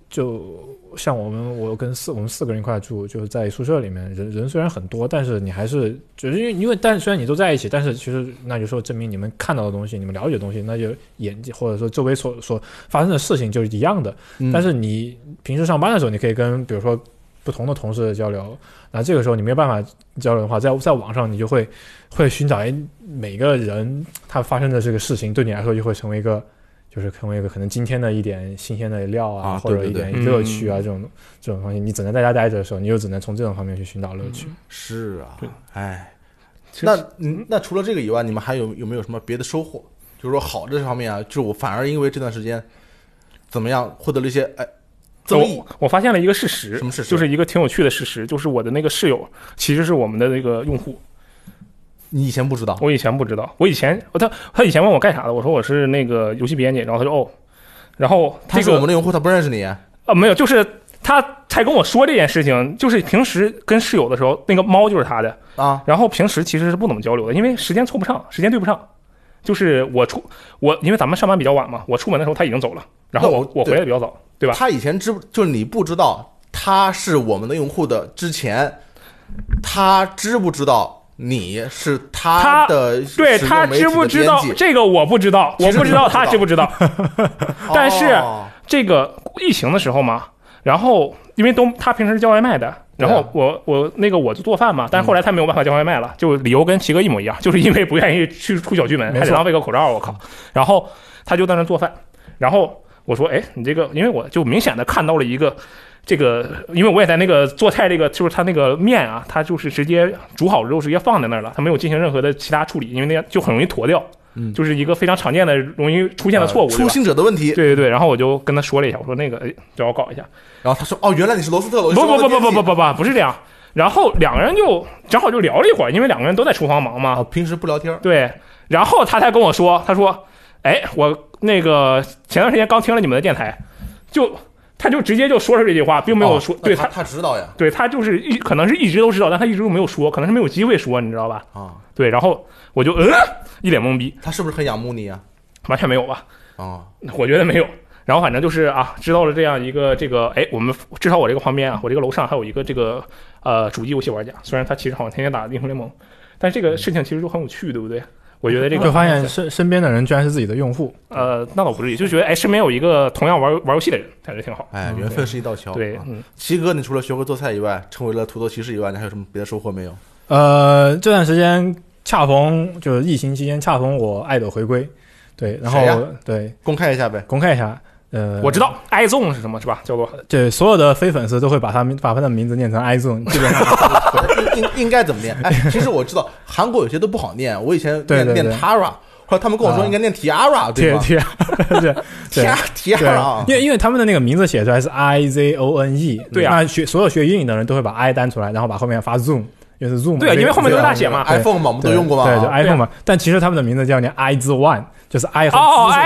像我们4个人一块住，就是在宿舍里面，人虽然很多，但是你还是就是因为但虽然你都在一起，但是其实那就说证明你们看到的东西，你们了解的东西，那就眼界或者说周围所发生的事情就是一样的。但是你平时上班的时候，你可以跟比如说不同的同事交流，那这个时候你没有办法交流的话，在网上你就会寻找每个人他发生的这个事情，对你来说就会成为一个可能今天的一点新鲜的料啊，或者一点乐趣啊，这种东西，你只能在家待着的时候，你就只能从这种方面去寻找乐趣。 是啊，哎，那除了这个以外，你们还有没有什么别的收获？就是说好这方面啊，就是我反而因为这段时间怎么样获得了一些增益。 我发现了一个事实， 什么事实？ 就是一个挺有趣的事实，就是我的那个室友其实是我们的那个用户。 你以前不知道？ 我以前不知道。他以前问我干啥的，我说我是那个游戏编辑，然后他说然后他是我们的用户，他不认识你没有，就是他才跟我说这件事情，就是平时跟室友的时候，那个猫就是他的啊， 然后平时其实是不怎么交流的，因为时间凑不上，时间对不上。就是因为咱们上班比较晚嘛，我出门的时候他已经走了，然后我回来比较早，对吧？ 他以前就是你不知道他是我们的用户的之前，他知不知道？你是他的对他知不知道这个我不知道，我不知道他知不知道。但是这个疫情的时候嘛，然后因为他平时是叫外卖的，然后我就做饭嘛，但是后来他没有办法叫外卖了，就理由跟齐哥一模一样，就是因为不愿意去出小区门，还得浪费个口罩，我靠。然后他就在那做饭，然后我说你这个，因为我就明显的看到了一个。这个，因为我也在那个做菜，这个就是他那个面啊，他就是直接煮好之后直接放在那儿了，他没有进行任何的其他处理，因为那样就很容易坨掉，就是一个非常常见的容易出现的错误， 初心者的问题。 对，然后我就跟他说了一下，我说那个叫我搞一下，然后他说原来你是罗斯特， 不是这样，然后两个人就正好就聊了一会儿，因为两个人都在厨房忙嘛， 平时不聊天， 对，然后他才跟我说，他说，我那个前段时间刚听了你们的电台，他就直接就说了这句话，并没有说，对他知道呀， 对他就是可能是一直都知道，但他一直都没有说，可能是没有机会说，你知道吧？对，然后我就一脸懵逼， 他是不是很仰慕你啊？ 完全没有吧？我觉得没有。然后反正就是知道了这样一个我们至少我这个旁边我这个楼上还有一个这个主机游戏玩家，虽然他其实好像天天打英雄联盟，但是这个事情其实就很有趣，对不对？我觉得这个就发现身边的人居然是自己的用户， 那倒不至于，就觉得身边有一个同样玩游戏的人，感觉挺好。 缘分是一道桥。 对， 齐哥，你除了学会做菜以外，成为了土豆骑士以外，你还有什么别的收获没有？ 这段时间恰逢就是疫情期间，恰逢我爱豆回归，对，然后对公开一下呗， 公开一下。 我知道 iZone 是什么，是吧？叫做对，所有的非粉丝都会把他的名字念成 iZone， 基本上应该怎么念？其实我知道韩国有些都不好念，我以前念 Tara， 后来他们跟我说应该念 Tiara， 对吧？ 对 Tiara， 因为他们的那个名字写出来是 IZONE， 对啊， 所有学英语的人都会把 I 单出来，然后把后面发 Zoom。因为是 Zoom， 对，因为后面都是大写嘛 ，iPhone 嘛，我们都用过嘛， 对，就 iPhone 嘛。但其实他们的名字叫念 IZ1， 就是 I 和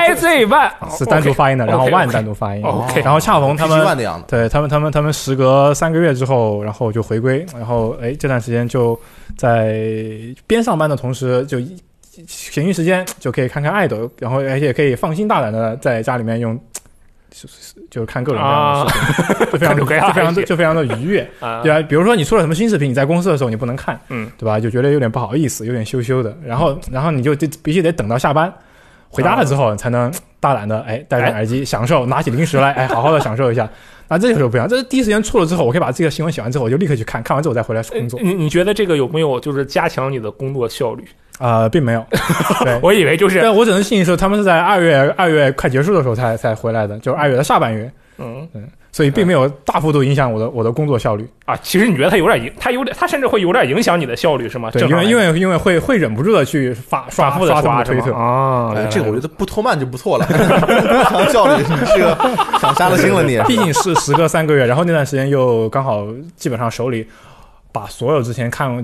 IZ1 是单独发音的，然后 One 单独发音。然后恰逢他们对他们时隔3个月之后，然后就回归，然后这段时间就在边上班的同时，就闲余时间就可以看看爱豆，然后而且可以放心大胆的在家里面用。就看各种各样的视频，就非常的愉悦，对吧？比如说你出了什么新视频，你在公司的时候你不能看，对吧？就觉得有点不好意思，有点羞羞的。然后你就必须得等到下班回家了之后，才能大胆的戴上耳机享受，拿起零食来好好的享受一下。那这个时候不一样，这是第一时间出了之后，我可以把这个新闻写完之后，我就立刻去看完之后再回来工作。 你觉得这个有没有就是加强你的工作效率？ 并没有，对我以为就是， 但我只能信说他们是在2月快结束的时候才回来的，就是2月的下半月，所以并没有大幅度影响我的工作效率啊。其实你觉得它甚至会有点影响你的效率是吗？ 对，因为会忍不住的去刷他们的推特啊。 这个我觉得不拖慢就不错了，效率你这个想杀了心了你。 毕竟是时隔3个月，然后那段时间又刚好基本上手里把所有之前就是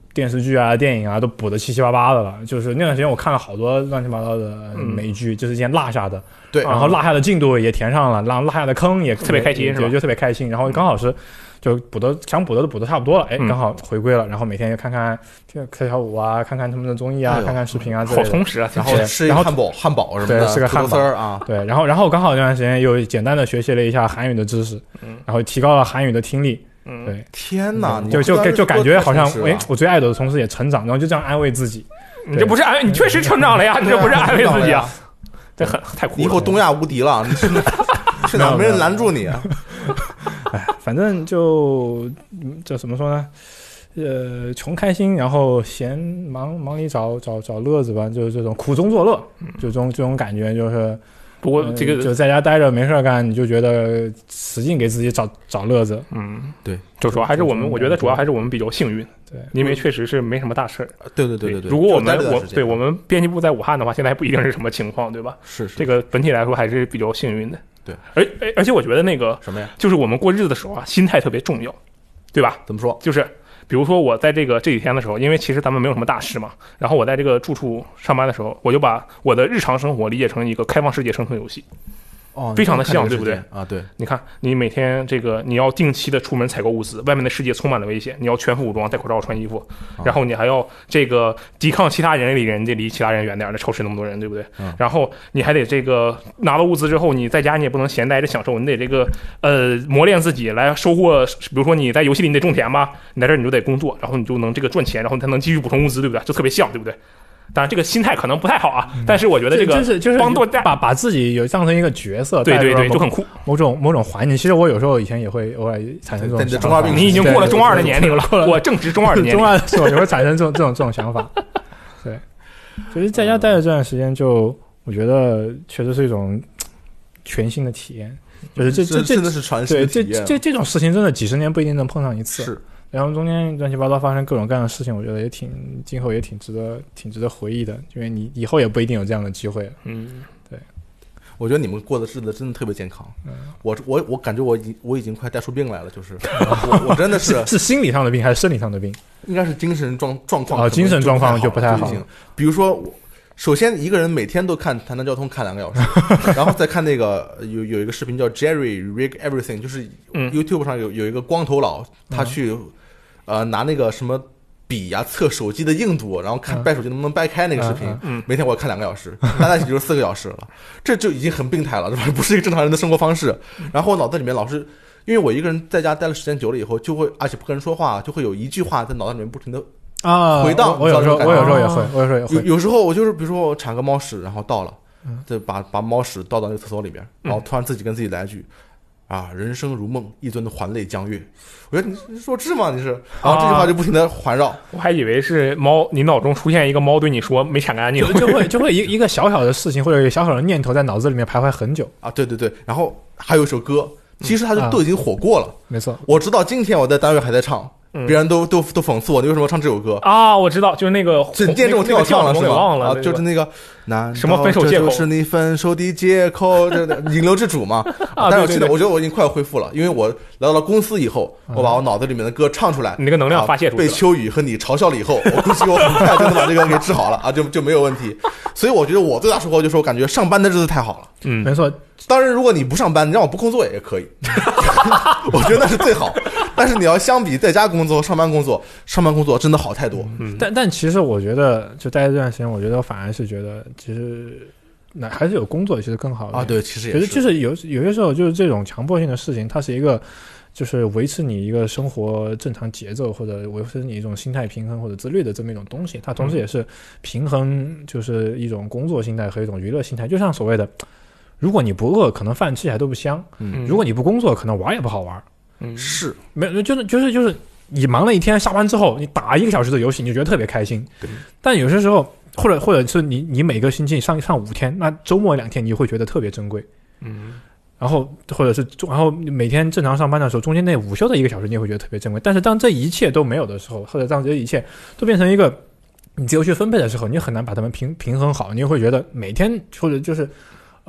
电视剧啊、电影啊都补得七七八八的了。就是那段时间我看了好多乱七八糟的美剧，就是之前落下的， 对， 然后落下的进度也填上了，然后落下的坑也特别开心，是吧？ 就特别开心。然后刚好是就想补的都补的差不多了，哎，刚好回归了，然后每天就看看跳跳舞啊，看看他们的综艺啊，看看视频啊， 好充实啊。 然后吃一个汉堡什么的， 对，是个汉堡啊。 对，然后刚好那段时间又简单的学习了一下韩语的知识，然后提高了韩语的听力。对， 天哪！ 就感觉好像哎，我最爱的同时也成长，然后就这样安慰自己。 你这不是安慰，你确实成长了呀，你这不是安慰自己啊？这太酷了！ 你以后东亚无敌了，你去哪没人拦住你啊？ 哎，反正就怎么说呢？穷开心，然后闲忙里找乐子吧，就是这种苦中作乐，就这种感觉就是。 不过这个就在家待着没事干，你就觉得使劲给自己找乐子。 对， 就主要还是我觉得主要还是我们比较幸运， 对， 因为确实是没什么大事。 对。 如果我们编辑部在武汉的话，现在还不一定是什么情况，对吧？ 是这个本体来说还是比较幸运的。 对， 而且我觉得那个什么呀， 就是我们过日子的时候啊，心态特别重要，对吧？ 怎么说？ 就是。比如说我在这几天的时候，因为其实咱们没有什么大事嘛，然后我在这个住处上班的时候，我就把我的日常生活理解成一个开放世界生存游戏。非常的像，对不对啊？对， 你看，你每天你要定期的出门采购物资，外面的世界充满了危险，你要全副武装，戴口罩，穿衣服，然后你还要抵抗其他人离其他人远点，那超市那么多人，对不对？然后你还得拿到物资之后，你在家你也不能闲待着享受，你得磨练自己来收获。比如说你在游戏里你得种田吧，你在这儿你就得工作，然后你就能赚钱，然后你才能继续补充物资，对不对？就特别像，对不对？当然，这个心态可能不太好啊，但是我觉得这个就是帮助把自己当成一个角色， 对，就很酷。 某种环境，其实我有时候以前也会偶尔产生这种想法。 你已经过了中二的年龄了，我正值中二的年龄， 中二的时候也会产生这种想法。对，所以在家待的这段时间，我觉得确实是一种全新的体验。就是这真的是传奇的体验。 这种事情真的几十年不一定能碰上一次。 是。 然后中间乱七八糟发生各种各样的事情，我觉得今后也挺值得回忆的，因为你以后也不一定有这样的机会了。对， 我觉得你们过的日子真的特别健康。我感觉我已经快带出病来了，就是我真的是心理上的病还是生理上的病？ 应该是精神状况精神状况就不太好。 比如说首先一个人每天都看谈谈交通看2个小时，然后再看那个有一个视频叫 Jerry Rig Everything， 就是 YouTube 上有一个光头佬，他去拿那个什么笔啊测手机的硬度，然后看掰手机能不能掰开那个视频，每天我要看2个小时，大概也就是4个小时了，这就已经很病态了，不是一个正常人的生活方式。然后我脑子里面老是，因为我一个人在家待了时间久了以后，就会而且不跟人说话，就会有一句话在脑袋里面不停的回荡。 我有时候也会， 有时候我就是比如说我铲个猫屎，然后到了，再把猫屎倒到那个厕所里面，然后突然自己跟自己来一句。人生如梦，一尊还酹江月。我觉得你弱智吗？你是？然后这句话就不停的环绕。 我还以为是猫，你脑中出现一个猫对你说没铲干净， 就会一个小小的事情或者一个小小的念头在脑子里面徘徊很久啊。对，然后还有一首歌，其实它都已经火过了。 没错， 我直到今天我在单位还在唱。别人都讽刺我，你为什么唱这首歌啊？我知道，就是那个今天中午挺好唱了，是吗？ 啊，就是那个什么分手借口， 就是你分手的借口，这引流之主嘛。但是我记得，我觉得我已经快要恢复了，因为我来到了公司以后，我把我脑子里面的歌唱出来， 你那个能量发泄出来， 被秋雨和你嘲笑了以后，我估计我很快就能把这个给治好了啊，就没有问题。所以我觉得我最大收获就是我感觉上班的日子太好了。 没错。 当然，如果你不上班，你让我不工作也可以，我觉得那是最好。但是你要相比在家工作、上班工作真的好太多。 但其实我觉得，就待这段时间，我觉得我反而是觉得，其实还是有工作其实更好啊。对，其实也是。 就是有些时候，就是这种强迫性的事情，它是一个，就是维持你一个生活正常节奏，或者维持你一种心态平衡或者自律的这么一种东西。它同时也是平衡，就是一种工作心态和一种娱乐心态。就像所谓的，如果你不饿，可能饭吃起来都不香；如果你不工作，可能玩也不好玩。 是， 没就是你忙了一天，下班之后你打1个小时的游戏，你就觉得特别开心。但有些时候，或者是你每个星期上5天，那周末2天你会觉得特别珍贵。然后然后每天正常上班的时候，中间那午休的1个小时，你也会觉得特别珍贵。但是当这一切都没有的时候，或者当这一切都变成一个你自由去分配的时候，你很难把它们平衡好。你会觉得每天或者就是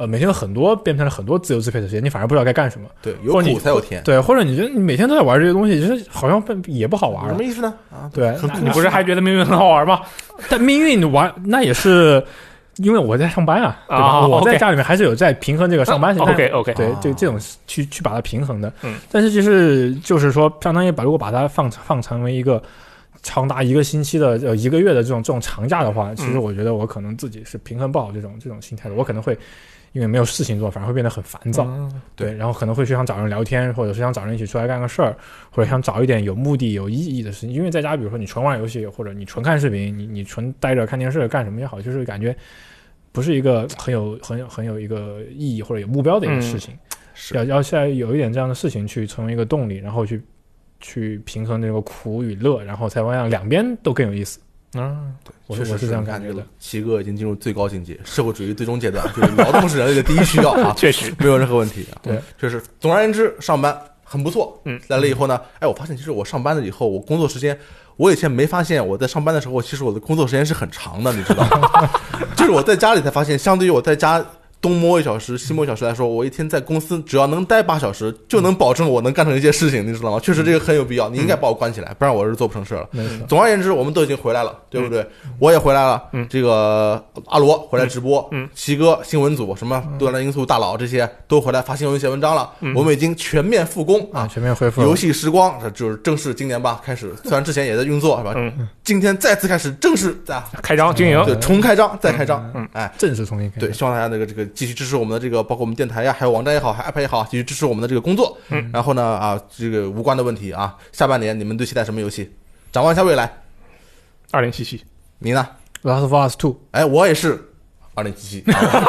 每天有很多变成了很多自由支配的时间，你反而不知道该干什么。 对，有苦才有甜。 对，或者你觉得你每天都在玩这些东西，其实好像也不好玩。 什么意思呢？啊， 对， 你不是还觉得命运很好玩吗？ 但命运玩那也是。因为我在上班啊，对吧？我在家里面还是有在平衡这个上班时间。 OK， 对，这种去把它平衡的。但是就是说，相当于如果把它放成为一个长达1个星期的1个月的这种长假的话，其实我觉得我可能自己是平衡不好这种心态的。我可能会因为没有事情做，反而会变得很烦躁。对，然后可能会去想找人聊天，或者是想找人一起出来干个事儿，或者想找一点有目的、有意义的事情。因为在家，比如说你纯玩游戏，或者你纯看视频，你纯待着看电视干什么也好，就是感觉。不是一个很有一个意义或者有目标的一个事情，要现在有一点这样的事情去成为一个动力，然后去平衡这个苦与乐，然后才会让两边都更有意思。 对， 我是这样感觉的。 七哥已经进入最高境界，社会主义最终阶段，就是劳动是人类的第一需要啊， 确实没有任何问题。 对， 确实。总而言之，上班很不错。来了以后呢，我发现其实我上班了以后，我工作时间。我以前没发现，我在上班的时候，其实我的工作时间是很长的，你知道吗？就是我在家里才发现，相对于我在家东摸1小时西摸1小时来说，我一天在公司只要能待8小时，就能保证我能干成一些事情，你知道吗？确实这个很有必要，你应该把我关起来，不然我是做不成事了。总而言之，我们都已经回来了，对不对？我也回来了，这个阿罗回来直播，七哥新闻组什么多兰因素大佬这些都回来发新闻写文章了，我们已经全面复工啊， 全面恢复游戏时光，就是正式今年吧开始，虽然之前也在运作是吧？今天再次开始正式开张经营， 对，重开张再开张， 正式重新开张。 对，希望大家这个继续支持我们的这个，包括我们电台呀，还有网站也好，还 app 也好，继续支持我们的这个工作。然后呢这个无关的问题啊，下半年你们最期待什么游戏？展望一下未来。 2077， 你呢 ？Last of Us 2。 我也是2077。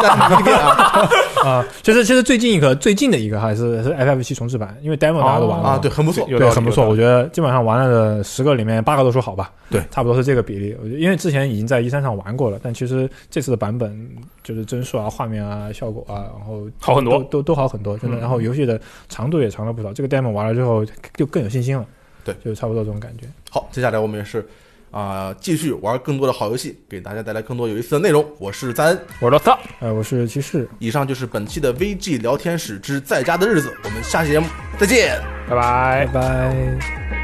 其实最近的一个还是 FF7 重置版，因为 demo 大家都玩了对，很不错， 对，很不错。我觉得基本上玩了的10个里面8个都说好吧， 对， 差不多是这个比例。因为之前已经在E3上玩过了，但其实这次的版本就是帧数啊、画面啊、效果啊，然后好很多， 都好很多，真的。然后游戏的长度也长了不少，这个 demo 玩了之后就更有信心了， 对， 就差不多这种感觉。 好，接下来我们也是。继续玩更多的好游戏，给大家带来更多有意思的内容。我是赞恩， 我是老萨， 我是骑士。 以上就是本期的 VG 聊天室之在家的日子，我们下期节目再见， 拜拜， 拜拜。